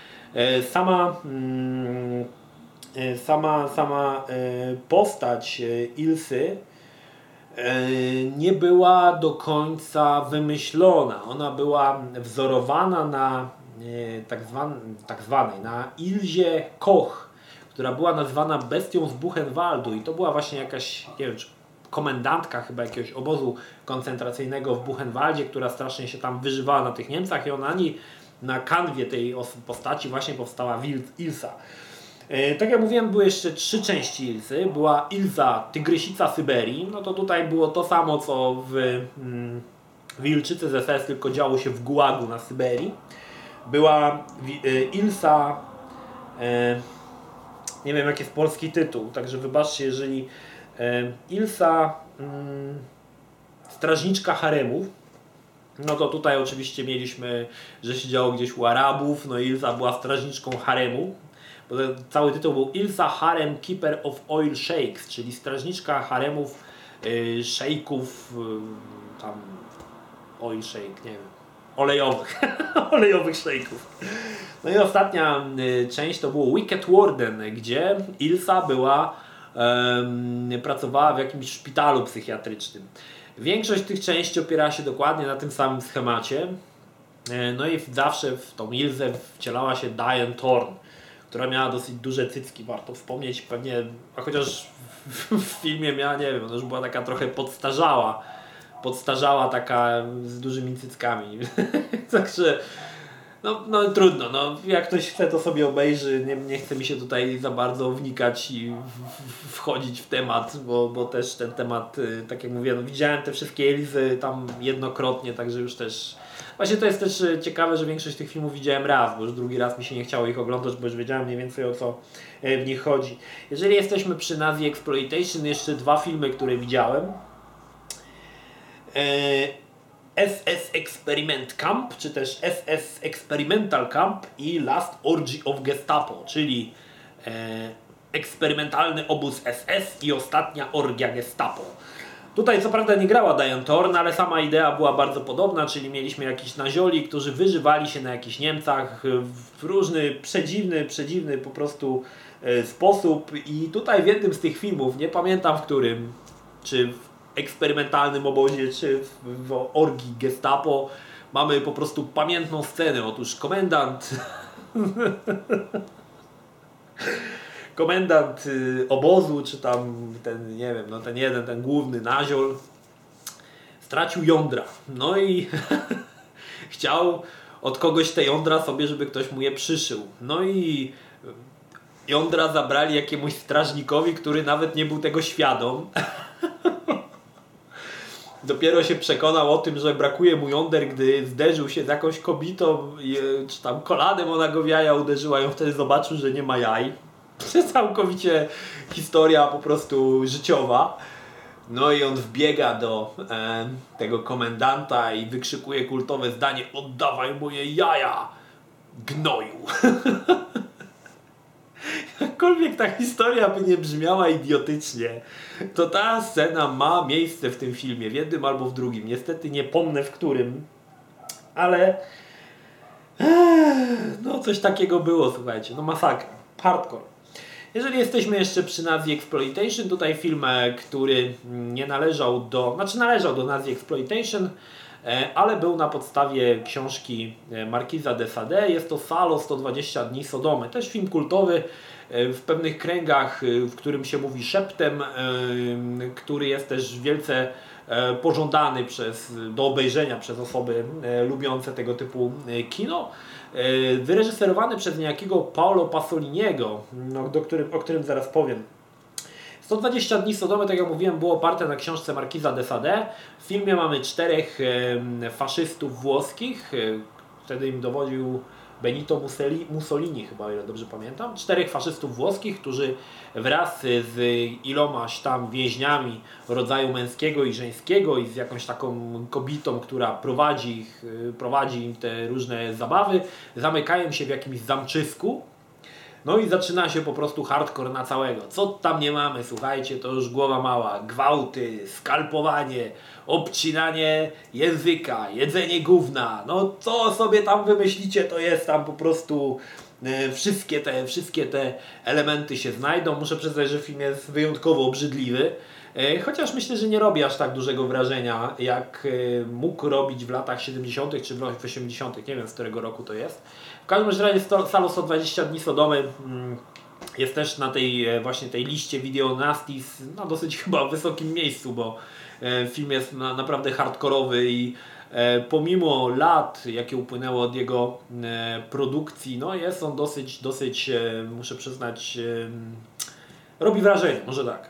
Sama postać Ilsy nie była do końca wymyślona. Ona była wzorowana na tak zwanej na Ilzie Koch, która była nazywana bestią z Buchenwaldu i to była właśnie jakaś, nie wiem, komendantka chyba jakiegoś obozu koncentracyjnego w Buchenwaldzie, która strasznie się tam wyżywała na tych Niemcach i na kanwie tej postaci właśnie powstała Ilsa. Tak jak mówiłem, były jeszcze 3 części Ilsy. Była Ilsa Tygrysica Syberii. No to tutaj było to samo co w Wilczycy z SS, tylko działo się w Gułagu na Syberii. Była Ilsa, nie wiem jaki jest polski tytuł, także wybaczcie, jeżeli Ilsa Strażniczka Haremów. No to tutaj oczywiście mieliśmy, że się działo gdzieś u Arabów, no i Ilsa była strażniczką haremu. Bo cały tytuł był Ilsa Harem Keeper of Oil Sheikhs, czyli strażniczka haremów szejków, tam oil shake, nie wiem, olejowych, olejowych szejków. No i ostatnia część to było Wicked Warden, gdzie Ilsa pracowała w jakimś szpitalu psychiatrycznym. Większość tych części opierała się dokładnie na tym samym schemacie. No i zawsze w tą Ilsę wcielała się Diane Thorne, która miała dosyć duże cycki, warto wspomnieć pewnie, a chociaż w filmie miała, nie wiem, ona już była taka trochę podstarzała taka z dużymi cyckami. Także no trudno, jak ktoś chce, to sobie obejrzy, nie chce mi się tutaj za bardzo wnikać i wchodzić w temat, bo też ten temat, tak jak mówię, widziałem te wszystkie Ilsy tam jednokrotnie, także już też właśnie to jest też ciekawe, że większość tych filmów widziałem raz, bo już drugi raz mi się nie chciało ich oglądać, bo już wiedziałem mniej więcej o co w nich chodzi. Jeżeli jesteśmy przy Nazi Exploitation, jeszcze 2 filmy, które widziałem. SS Experiment Camp, czy też SS Experimental Camp i Last Orgy of Gestapo, czyli eksperymentalny obóz SS i ostatnia orgia Gestapo. Tutaj co prawda nie grała Diane Thorne, ale sama idea była bardzo podobna, czyli mieliśmy jakichś nazioli, którzy wyżywali się na jakichś Niemcach w różny przedziwny po prostu sposób i tutaj w jednym z tych filmów, nie pamiętam w którym, czy w eksperymentalnym obozie, czy w orgii Gestapo, mamy po prostu pamiętną scenę. Otóż komendant obozu, czy tam ten, nie wiem, ten główny naziol stracił jądra. No i chciał od kogoś te jądra sobie, żeby ktoś mu je przyszył. No i jądra zabrali jakiemuś strażnikowi, który nawet nie był tego świadom. Dopiero się przekonał o tym, że brakuje mu jąder, gdy zderzył się z jakąś kobietą, czy tam kolanem ona go w jaja uderzyła i on wtedy zobaczył, że nie ma jaj. Całkowicie historia po prostu życiowa. No i on wbiega do tego komendanta i wykrzykuje kultowe zdanie: oddawaj moje jaja, gnoju. Jakkolwiek ta historia by nie brzmiała idiotycznie, to ta scena ma miejsce w tym filmie, w jednym albo w drugim. Niestety nie pomnę w którym, ale no coś takiego było, słuchajcie, no masakra, hardcore. Jeżeli jesteśmy jeszcze przy Nazi Exploitation, tutaj film, który nie należał do, należał do Nazi Exploitation, ale był na podstawie książki Marquisa de Sade. Jest to Salo 120 dni Sodomy. Też film kultowy w pewnych kręgach, w którym się mówi szeptem, który jest też wielce pożądany do obejrzenia przez osoby lubiące tego typu kino. Wyreżyserowany przez niejakiego Paolo Pasoliniego, o którym zaraz powiem. 120 dni Sodomy, tak jak mówiłem, było oparte na książce Marquisa de Sade. W filmie mamy 4 faszystów włoskich, wtedy im dowodził Benito Mussolini, chyba, o ile dobrze pamiętam. 4 faszystów włoskich, którzy wraz z ilomaś tam więźniami rodzaju męskiego i żeńskiego i z jakąś taką kobietą, która prowadzi im te różne zabawy, zamykają się w jakimś zamczysku. No i zaczyna się po prostu hardcore na całego. Co tam nie mamy, słuchajcie, to już głowa mała. Gwałty, skalpowanie, obcinanie języka, jedzenie gówna. No co sobie tam wymyślicie, to jest tam po prostu wszystkie te elementy się znajdą. Muszę przyznać, że film jest wyjątkowo obrzydliwy. Chociaż myślę, że nie robi aż tak dużego wrażenia, jak mógł robić w latach 70. czy w latach 80. Nie wiem, z którego roku to jest. W każdym razie Salo 120 dni Sodomy jest też na właśnie tej liście Video Nasties na dosyć chyba wysokim miejscu, bo film jest naprawdę hardkorowy i pomimo lat, jakie upłynęło od jego produkcji, no jest on dosyć, muszę przyznać, robi wrażenie, może tak.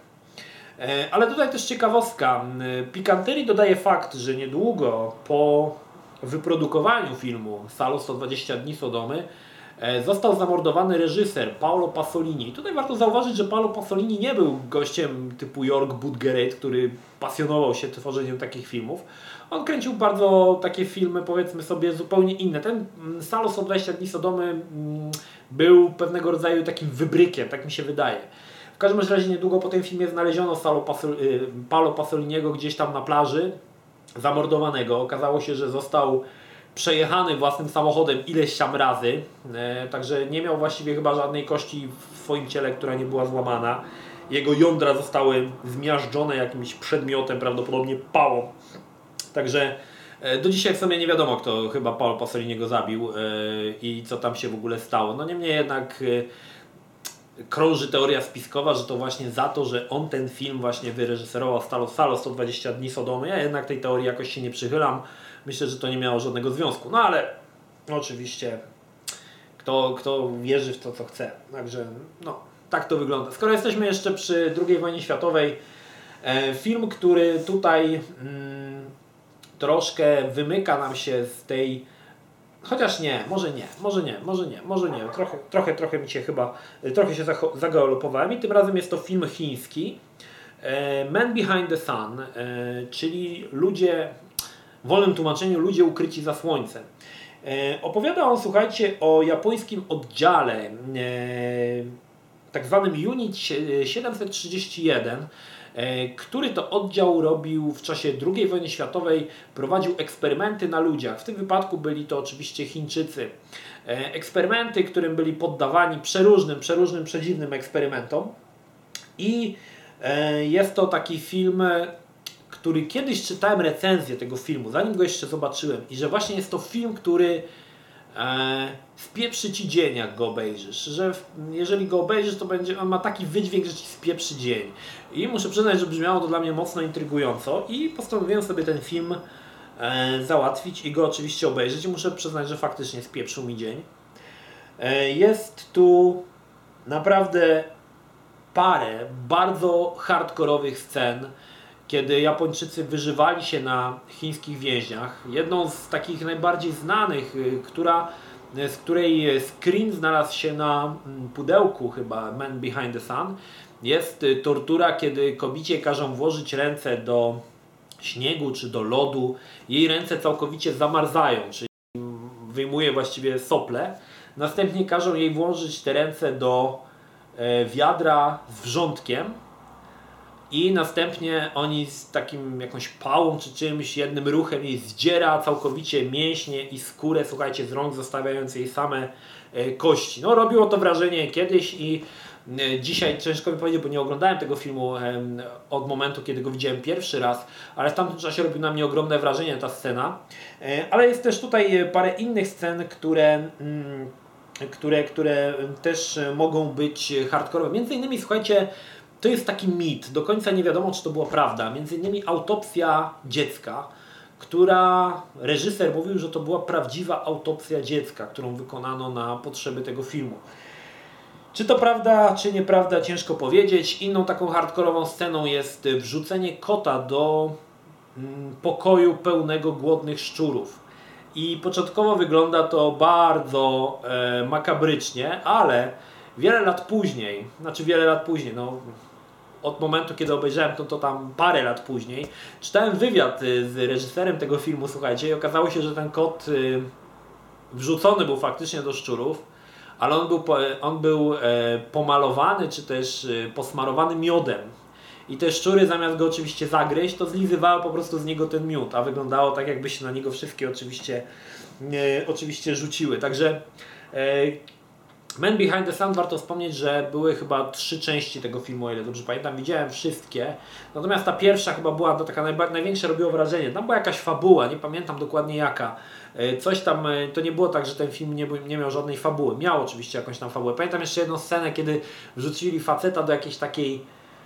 Ale tutaj też ciekawostka. Pikanterii dodaje fakt, że niedługo po wyprodukowaniu filmu Salo 120 dni Sodomy został zamordowany reżyser Paolo Pasolini. I tutaj warto zauważyć, że Paolo Pasolini nie był gościem typu York Budgereit, który pasjonował się tworzeniem takich filmów. On kręcił bardzo takie filmy, powiedzmy sobie, zupełnie inne. Ten Salo 120 dni Sodomy był pewnego rodzaju takim wybrykiem, tak mi się wydaje. W każdym razie niedługo po tym filmie znaleziono Paolo Pasoliniego gdzieś tam na plaży, zamordowanego. Okazało się, że został przejechany własnym samochodem ileś tam razy, także nie miał właściwie chyba żadnej kości w swoim ciele, która nie była złamana. Jego jądra zostały zmiażdżone jakimś przedmiotem, prawdopodobnie pałą. Także do dzisiaj w sumie nie wiadomo, kto chyba Paolo Pasoliniego zabił i co tam się w ogóle stało. No niemniej jednak krąży teoria spiskowa, że to właśnie za to, że on ten film właśnie wyreżyserował Salo 120 dni Sodomy. Ja jednak tej teorii jakoś się nie przychylam. Myślę, że to nie miało żadnego związku. No ale oczywiście kto wierzy w to, co chce. Także no, tak to wygląda. Skoro jesteśmy jeszcze przy II wojnie światowej, film, który tutaj troszkę wymyka nam się z tej... Chociaż nie, może nie. Trochę mi się chyba, trochę się zagalopowałem i tym razem jest to film chiński. Man Behind the Sun, czyli ludzie, w wolnym tłumaczeniu, ludzie ukryci za słońcem. Opowiada on, słuchajcie, o japońskim oddziale, tak zwanym Unit 731, który to oddział robił w czasie II wojny światowej, prowadził eksperymenty na ludziach. W tym wypadku byli to oczywiście Chińczycy. Eksperymenty, którym byli poddawani przeróżnym, przedziwnym eksperymentom. I jest to taki film, który kiedyś czytałem recenzję tego filmu, zanim go jeszcze zobaczyłem. I że właśnie jest to film, który spieprzy Ci dzień, jak go obejrzysz. Że jeżeli go obejrzysz, to on ma taki wydźwięk, że Ci spieprzy dzień. I muszę przyznać, że brzmiało to dla mnie mocno intrygująco i postanowiłem sobie ten film załatwić i go oczywiście obejrzeć. I muszę przyznać, że faktycznie spieprzył mi dzień. Jest tu naprawdę parę bardzo hardkorowych scen, kiedy Japończycy wyżywali się na chińskich więźniach. Jedną z takich najbardziej znanych, z której screen znalazł się na pudełku chyba Man Behind the Sun, jest tortura, kiedy kobiecie każą włożyć ręce do śniegu czy do lodu. Jej ręce całkowicie zamarzają, czyli wyjmuje właściwie sople. Następnie każą jej włożyć te ręce do wiadra z wrzątkiem. I następnie oni z takim jakąś pałą czy czymś jednym ruchem jej zdziera całkowicie mięśnie i skórę, słuchajcie, z rąk, zostawiając jej same kości. No robiło to wrażenie kiedyś i Dzisiaj ciężko mi powiedzieć, bo nie oglądałem tego filmu od momentu, kiedy go widziałem pierwszy raz, ale w tamtym czasie robił na mnie ogromne wrażenie ta scena. Ale jest też tutaj parę innych scen, które też mogą być hardkorowe. Między innymi, słuchajcie, to jest taki mit, do końca nie wiadomo, czy to była prawda. Między innymi autopsja dziecka, która reżyser mówił, że to była prawdziwa autopsja dziecka, którą wykonano na potrzeby tego filmu. Czy to prawda, czy nieprawda, ciężko powiedzieć. Inną taką hardkorową sceną jest wrzucenie kota do pokoju pełnego głodnych szczurów. I początkowo wygląda to bardzo makabrycznie, ale wiele lat później, no od momentu, kiedy obejrzałem to tam parę lat później, czytałem wywiad z reżyserem tego filmu, słuchajcie, i okazało się, że ten kot wrzucony był faktycznie do szczurów, ale on był pomalowany, czy też posmarowany miodem. I te szczury, zamiast go oczywiście zagryźć, to zlizywały po prostu z niego ten miód, a wyglądało tak, jakby się na niego wszystkie oczywiście rzuciły. Także Man Behind the Sun, warto wspomnieć, że były chyba 3 części tego filmu, o ile dobrze pamiętam, widziałem wszystkie. Natomiast ta pierwsza chyba była taka największe robiło wrażenie. Tam była jakaś fabuła, nie pamiętam dokładnie jaka. Coś tam, to nie było tak, że ten film nie miał żadnej fabuły. Miał oczywiście jakąś tam fabułę. Pamiętam jeszcze jedną scenę, kiedy wrzucili faceta do jakiejś takiej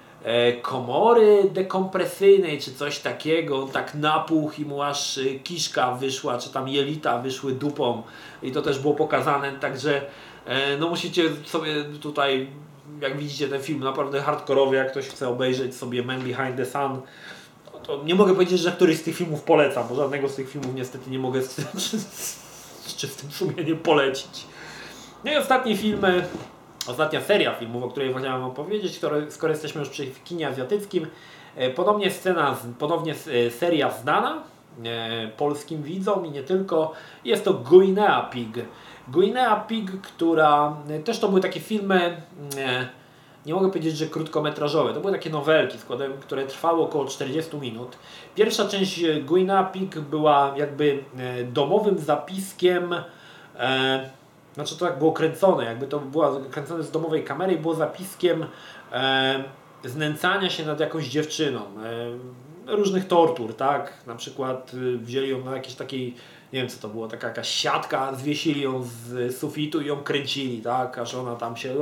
komory dekompresyjnej, czy coś takiego, tak na pół i mu aż kiszka wyszła, czy tam jelita wyszły dupą i to też było pokazane, także no musicie sobie tutaj, jak widzicie, ten film naprawdę hardkorowy, jak ktoś chce obejrzeć sobie Man Behind the Sun, to nie mogę powiedzieć, że któryś z tych filmów polecam, bo żadnego z tych filmów niestety nie mogę z czystym sumieniem polecić. No i ostatnia seria filmów, o której chciałem wam powiedzieć, skoro jesteśmy już przy kinie azjatyckim. Ponownie seria znana polskim widzom i nie tylko. Jest to Guinea Pig. Guinea Pig, która też to były takie filmy, nie mogę powiedzieć, że krótkometrażowe. To były takie nowelki, które trwały około 40 minut. Pierwsza część Guinea Pig była jakby domowym zapiskiem, znaczy to tak było kręcone, jakby to było kręcone z domowej kamery i było zapiskiem znęcania się nad jakąś dziewczyną. Różnych tortur, tak? Na przykład wzięli ją na jakiejś takiej, nie wiem co to było, taka jakaś siatka, zwiesili ją z sufitu i ją kręcili, tak? Aż ona tam się...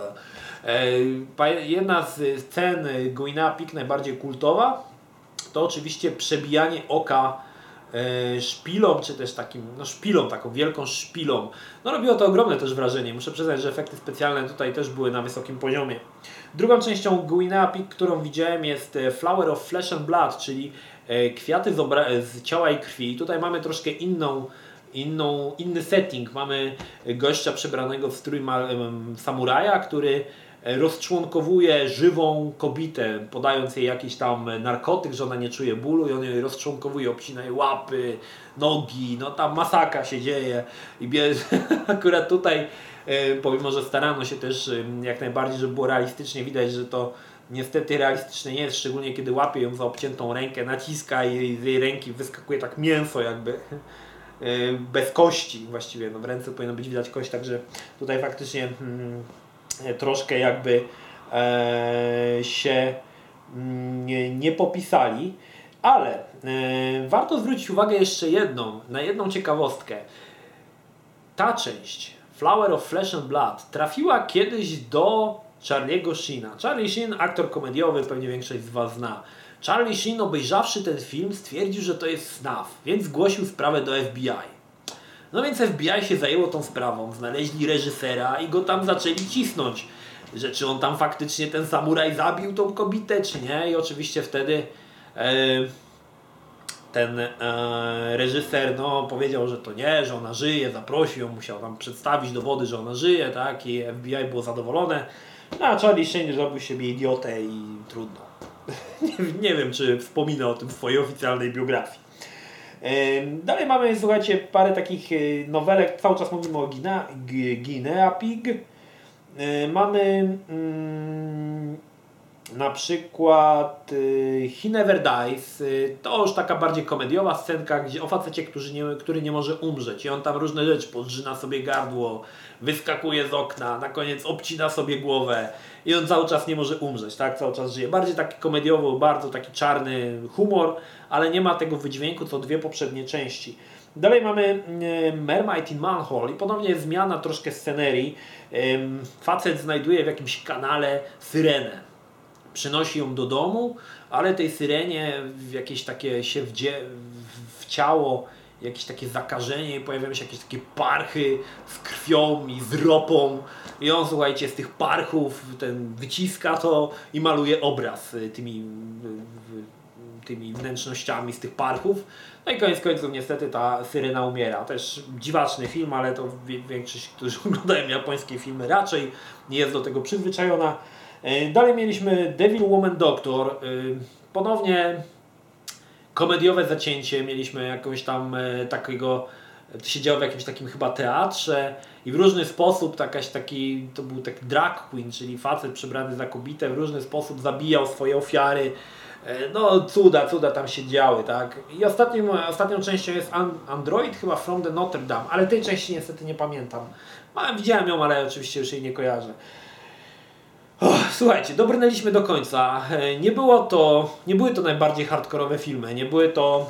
Jedna z scen Guinea Pig, najbardziej kultowa, to oczywiście przebijanie oka szpilą, czy też szpilą, taką wielką szpilą. No robiło to ogromne też wrażenie. Muszę przyznać, że efekty specjalne tutaj też były na wysokim poziomie. Drugą częścią Guinea Pig, którą widziałem, jest Flower of Flesh and Blood, czyli kwiaty z ciała i krwi. Tutaj mamy troszkę inny setting. Mamy gościa przebranego w strój samuraja, który rozczłonkowuje żywą kobietę, podając jej jakiś tam narkotyk, że ona nie czuje bólu i on jej rozczłonkowuje, obcina jej łapy, nogi, no tam masakra się dzieje i akurat tutaj, pomimo że starano się też jak najbardziej, żeby było realistycznie, widać, że to niestety realistyczne nie jest, szczególnie kiedy łapie ją za obciętą rękę, naciska i z jej ręki wyskakuje tak mięso jakby bez kości właściwie, no w ręce powinno być widać kość, także tutaj faktycznie troszkę jakby się nie popisali, ale warto zwrócić uwagę jeszcze na jedną ciekawostkę. Ta część Flower of Flesh and Blood trafiła kiedyś do Charlie'ego Sheena. Charlie Sheen, aktor komediowy, pewnie większość z was zna. Charlie Sheen, obejrzawszy ten film, stwierdził, że to jest snuff, więc zgłosił sprawę do FBI. No więc FBI się zajęło tą sprawą, znaleźli reżysera i go tam zaczęli cisnąć, że czy on tam faktycznie ten samuraj zabił tą kobietę, czy nie. I oczywiście wtedy ten reżyser powiedział, że to nie, że ona żyje, zaprosił ją, musiał tam przedstawić dowody, że ona żyje, tak, i FBI było zadowolone. No a Charlie Sheen zrobił siebie idiotę i trudno. nie wiem, czy wspomina o tym w swojej oficjalnej biografii. Dalej mamy, słuchajcie, parę takich nowelek, cały czas mówimy o Guinea Pig. Mamy Na przykład He Never Dies, to już taka bardziej komediowa scenka, gdzie o facecie, który nie może umrzeć i on tam różne rzeczy, podrzyna sobie gardło, wyskakuje z okna, na koniec obcina sobie głowę i on cały czas nie może umrzeć, tak? Cały czas żyje. Bardziej taki komediowo, bardzo taki czarny humor, ale nie ma tego wydźwięku co dwie poprzednie części. Dalej mamy Mermaid in Manhole i ponownie jest zmiana troszkę scenerii. Facet znajduje w jakimś kanale syrenę. Przynosi ją do domu, ale tej syrenie w jakieś takie się wciało jakieś takie zakażenie i pojawiają się jakieś takie parchy z krwią i z ropą i on, słuchajcie, z tych parchów wyciska to i maluje obraz tymi wnętrznościami z tych parchów. No i koniec końców niestety ta syrena umiera. Też dziwaczny film, ale to większość, którzy oglądają japońskie filmy, raczej nie jest do tego przyzwyczajona. Dalej mieliśmy Devil Woman Doctor, ponownie komediowe zacięcie, mieliśmy jakąś tam takiego, to się działo w jakimś takim chyba teatrze i w różny sposób to był taki drag queen, czyli facet przebrany za kobietę, w różny sposób zabijał swoje ofiary. No cuda tam się działy, tak? I ostatnią częścią jest Android chyba From the Notre Dame, ale tej części niestety nie pamiętam. Widziałem ją, ale oczywiście już jej nie kojarzę. Słuchajcie, dobrnęliśmy do końca. Nie były to najbardziej hardkorowe filmy, nie były to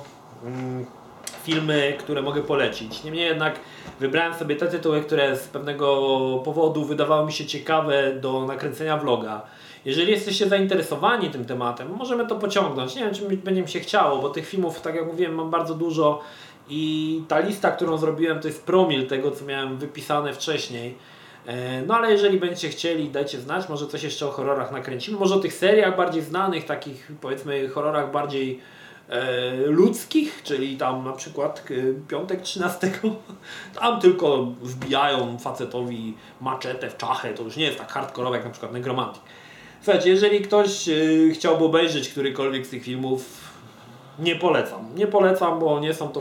filmy, które mogę polecić. Niemniej jednak wybrałem sobie te tytuły, które z pewnego powodu wydawały mi się ciekawe do nakręcenia vloga. Jeżeli jesteście zainteresowani tym tematem, możemy to pociągnąć. Nie wiem, czy będzie mi się chciało, bo tych filmów, tak jak mówiłem, mam bardzo dużo i ta lista, którą zrobiłem, to jest promil tego, co miałem wypisane wcześniej. No ale jeżeli będziecie chcieli, dajcie znać, może coś jeszcze o horrorach nakręcimy, może o tych seriach bardziej znanych, takich powiedzmy horrorach bardziej ludzkich, czyli tam na przykład Piątek 13, tam tylko wbijają facetowi maczetę w czachę, to już nie jest tak hardkorowe jak na przykład Negromantic. Słuchajcie, jeżeli ktoś chciałby obejrzeć którykolwiek z tych filmów, nie polecam, bo nie są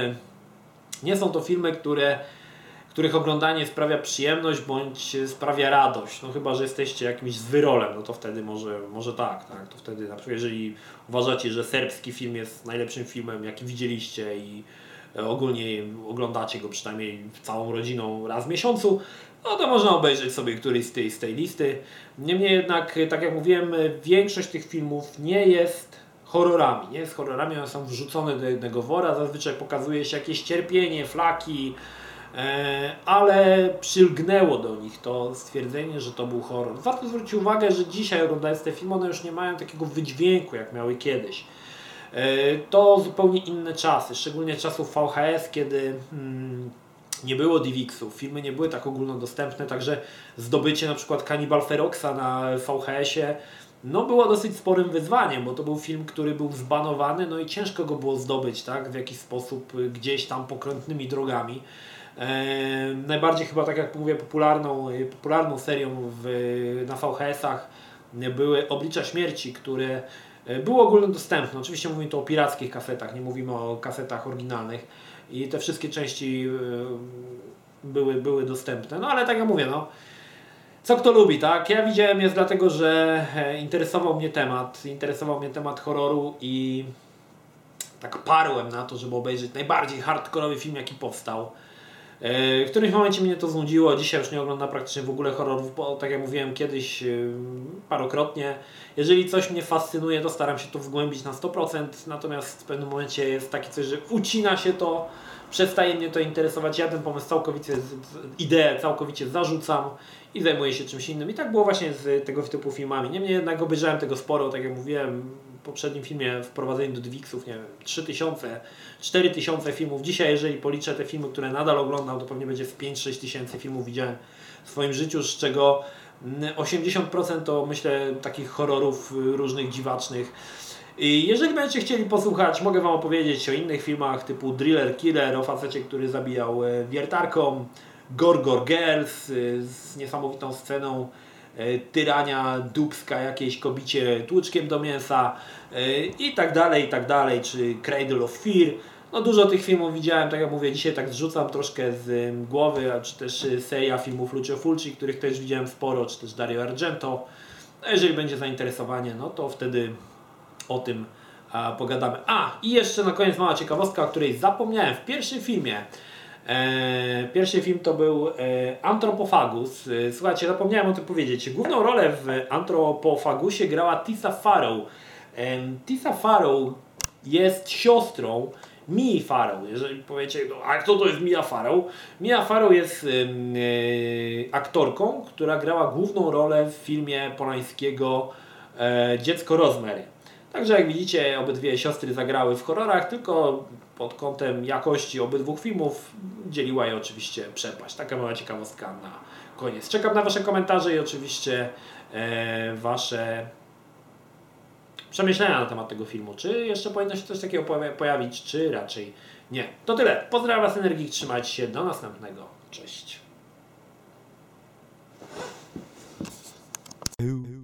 to filmy, których oglądanie sprawia przyjemność bądź sprawia radość. No chyba że jesteście jakimś zwyrolem, no to wtedy może tak. To wtedy na przykład jeżeli uważacie, że serbski film jest najlepszym filmem, jaki widzieliście i ogólnie oglądacie go przynajmniej całą rodziną raz w miesiącu, no to można obejrzeć sobie któryś z tej listy. Niemniej jednak, tak jak mówiłem, większość tych filmów nie jest horrorami. One są wrzucone do jednego wora, zazwyczaj pokazuje się jakieś cierpienie, flaki, ale przylgnęło do nich to stwierdzenie, że to był horror. Warto zwrócić uwagę, że dzisiaj oglądając te filmy, one już nie mają takiego wydźwięku, jak miały kiedyś. To zupełnie inne czasy, szczególnie czasów VHS, kiedy nie było DivX-ów, filmy nie były tak ogólnodostępne, także zdobycie na przykład Cannibal Feroxa na VHS-ie było dosyć sporym wyzwaniem, bo to był film, który był zbanowany, no i ciężko go było zdobyć, tak, w jakiś sposób gdzieś tam pokrętnymi drogami. Najbardziej chyba, tak jak mówię, popularną serią na VHS-ach były Oblicza Śmierci, które były ogólnodostępne. Oczywiście mówimy tu o pirackich kasetach, nie mówimy o kasetach oryginalnych i te wszystkie części były dostępne. No ale tak jak mówię, co kto lubi, tak? Ja widziałem je dlatego, że interesował mnie temat horroru i tak parłem na to, żeby obejrzeć najbardziej hardkorowy film, jaki powstał. W którymś momencie mnie to znudziło, dzisiaj już nie oglądam praktycznie w ogóle horrorów, bo tak jak mówiłem kiedyś parokrotnie, jeżeli coś mnie fascynuje, to staram się to wgłębić na 100%, natomiast w pewnym momencie jest takie coś, że ucina się to, przestaje mnie to interesować, ja ten pomysł ideę całkowicie zarzucam i zajmuję się czymś innym. I tak było właśnie z tego typu filmami. Niemniej jednak obejrzałem tego sporo, tak jak mówiłem w poprzednim filmie, wprowadzeniu do DivX-ów, nie wiem, 3000, 4000 filmów. Dzisiaj, jeżeli policzę te filmy, które nadal oglądam, to pewnie będzie z 5-6 tysięcy filmów widziałem w swoim życiu, z czego 80% to myślę takich horrorów różnych dziwacznych. I jeżeli będziecie chcieli posłuchać, mogę Wam opowiedzieć o innych filmach typu Driller Killer, o facecie, który zabijał wiertarką, Gorgor Girls z niesamowitą sceną tyrania dupska jakiejś kobicie tłuczkiem do mięsa i tak dalej, czy Cradle of Fear. No dużo tych filmów widziałem, tak jak mówię, dzisiaj tak zrzucam troszkę z głowy, czy też seria filmów Lucio Fulci, których też widziałem sporo, czy też Dario Argento. No jeżeli będzie zainteresowanie, no to wtedy o tym pogadamy. I jeszcze na koniec mała ciekawostka, o której zapomniałem w pierwszym filmie. Pierwszy film to był Anthropophagus. Słuchajcie, zapomniałem o tym powiedzieć. Główną rolę w Anthropophagusie grała Tisa Farrow. Tisa Farrow jest siostrą Mii Farrow. Jeżeli powiecie, no, a kto to jest Mia Farrow? Mia Farrow jest aktorką, która grała główną rolę w filmie Polańskiego Dziecko Rosemary. Także jak widzicie, obydwie siostry zagrały w horrorach, tylko pod kątem jakości obydwu filmów dzieliła je oczywiście przepaść. Taka mała ciekawostka na koniec. Czekam na Wasze komentarze i oczywiście Wasze przemyślenia na temat tego filmu. Czy jeszcze powinno się coś takiego pojawić, czy raczej nie. To tyle. Pozdrawiam Was, Energik. Trzymajcie się. Do następnego. Cześć.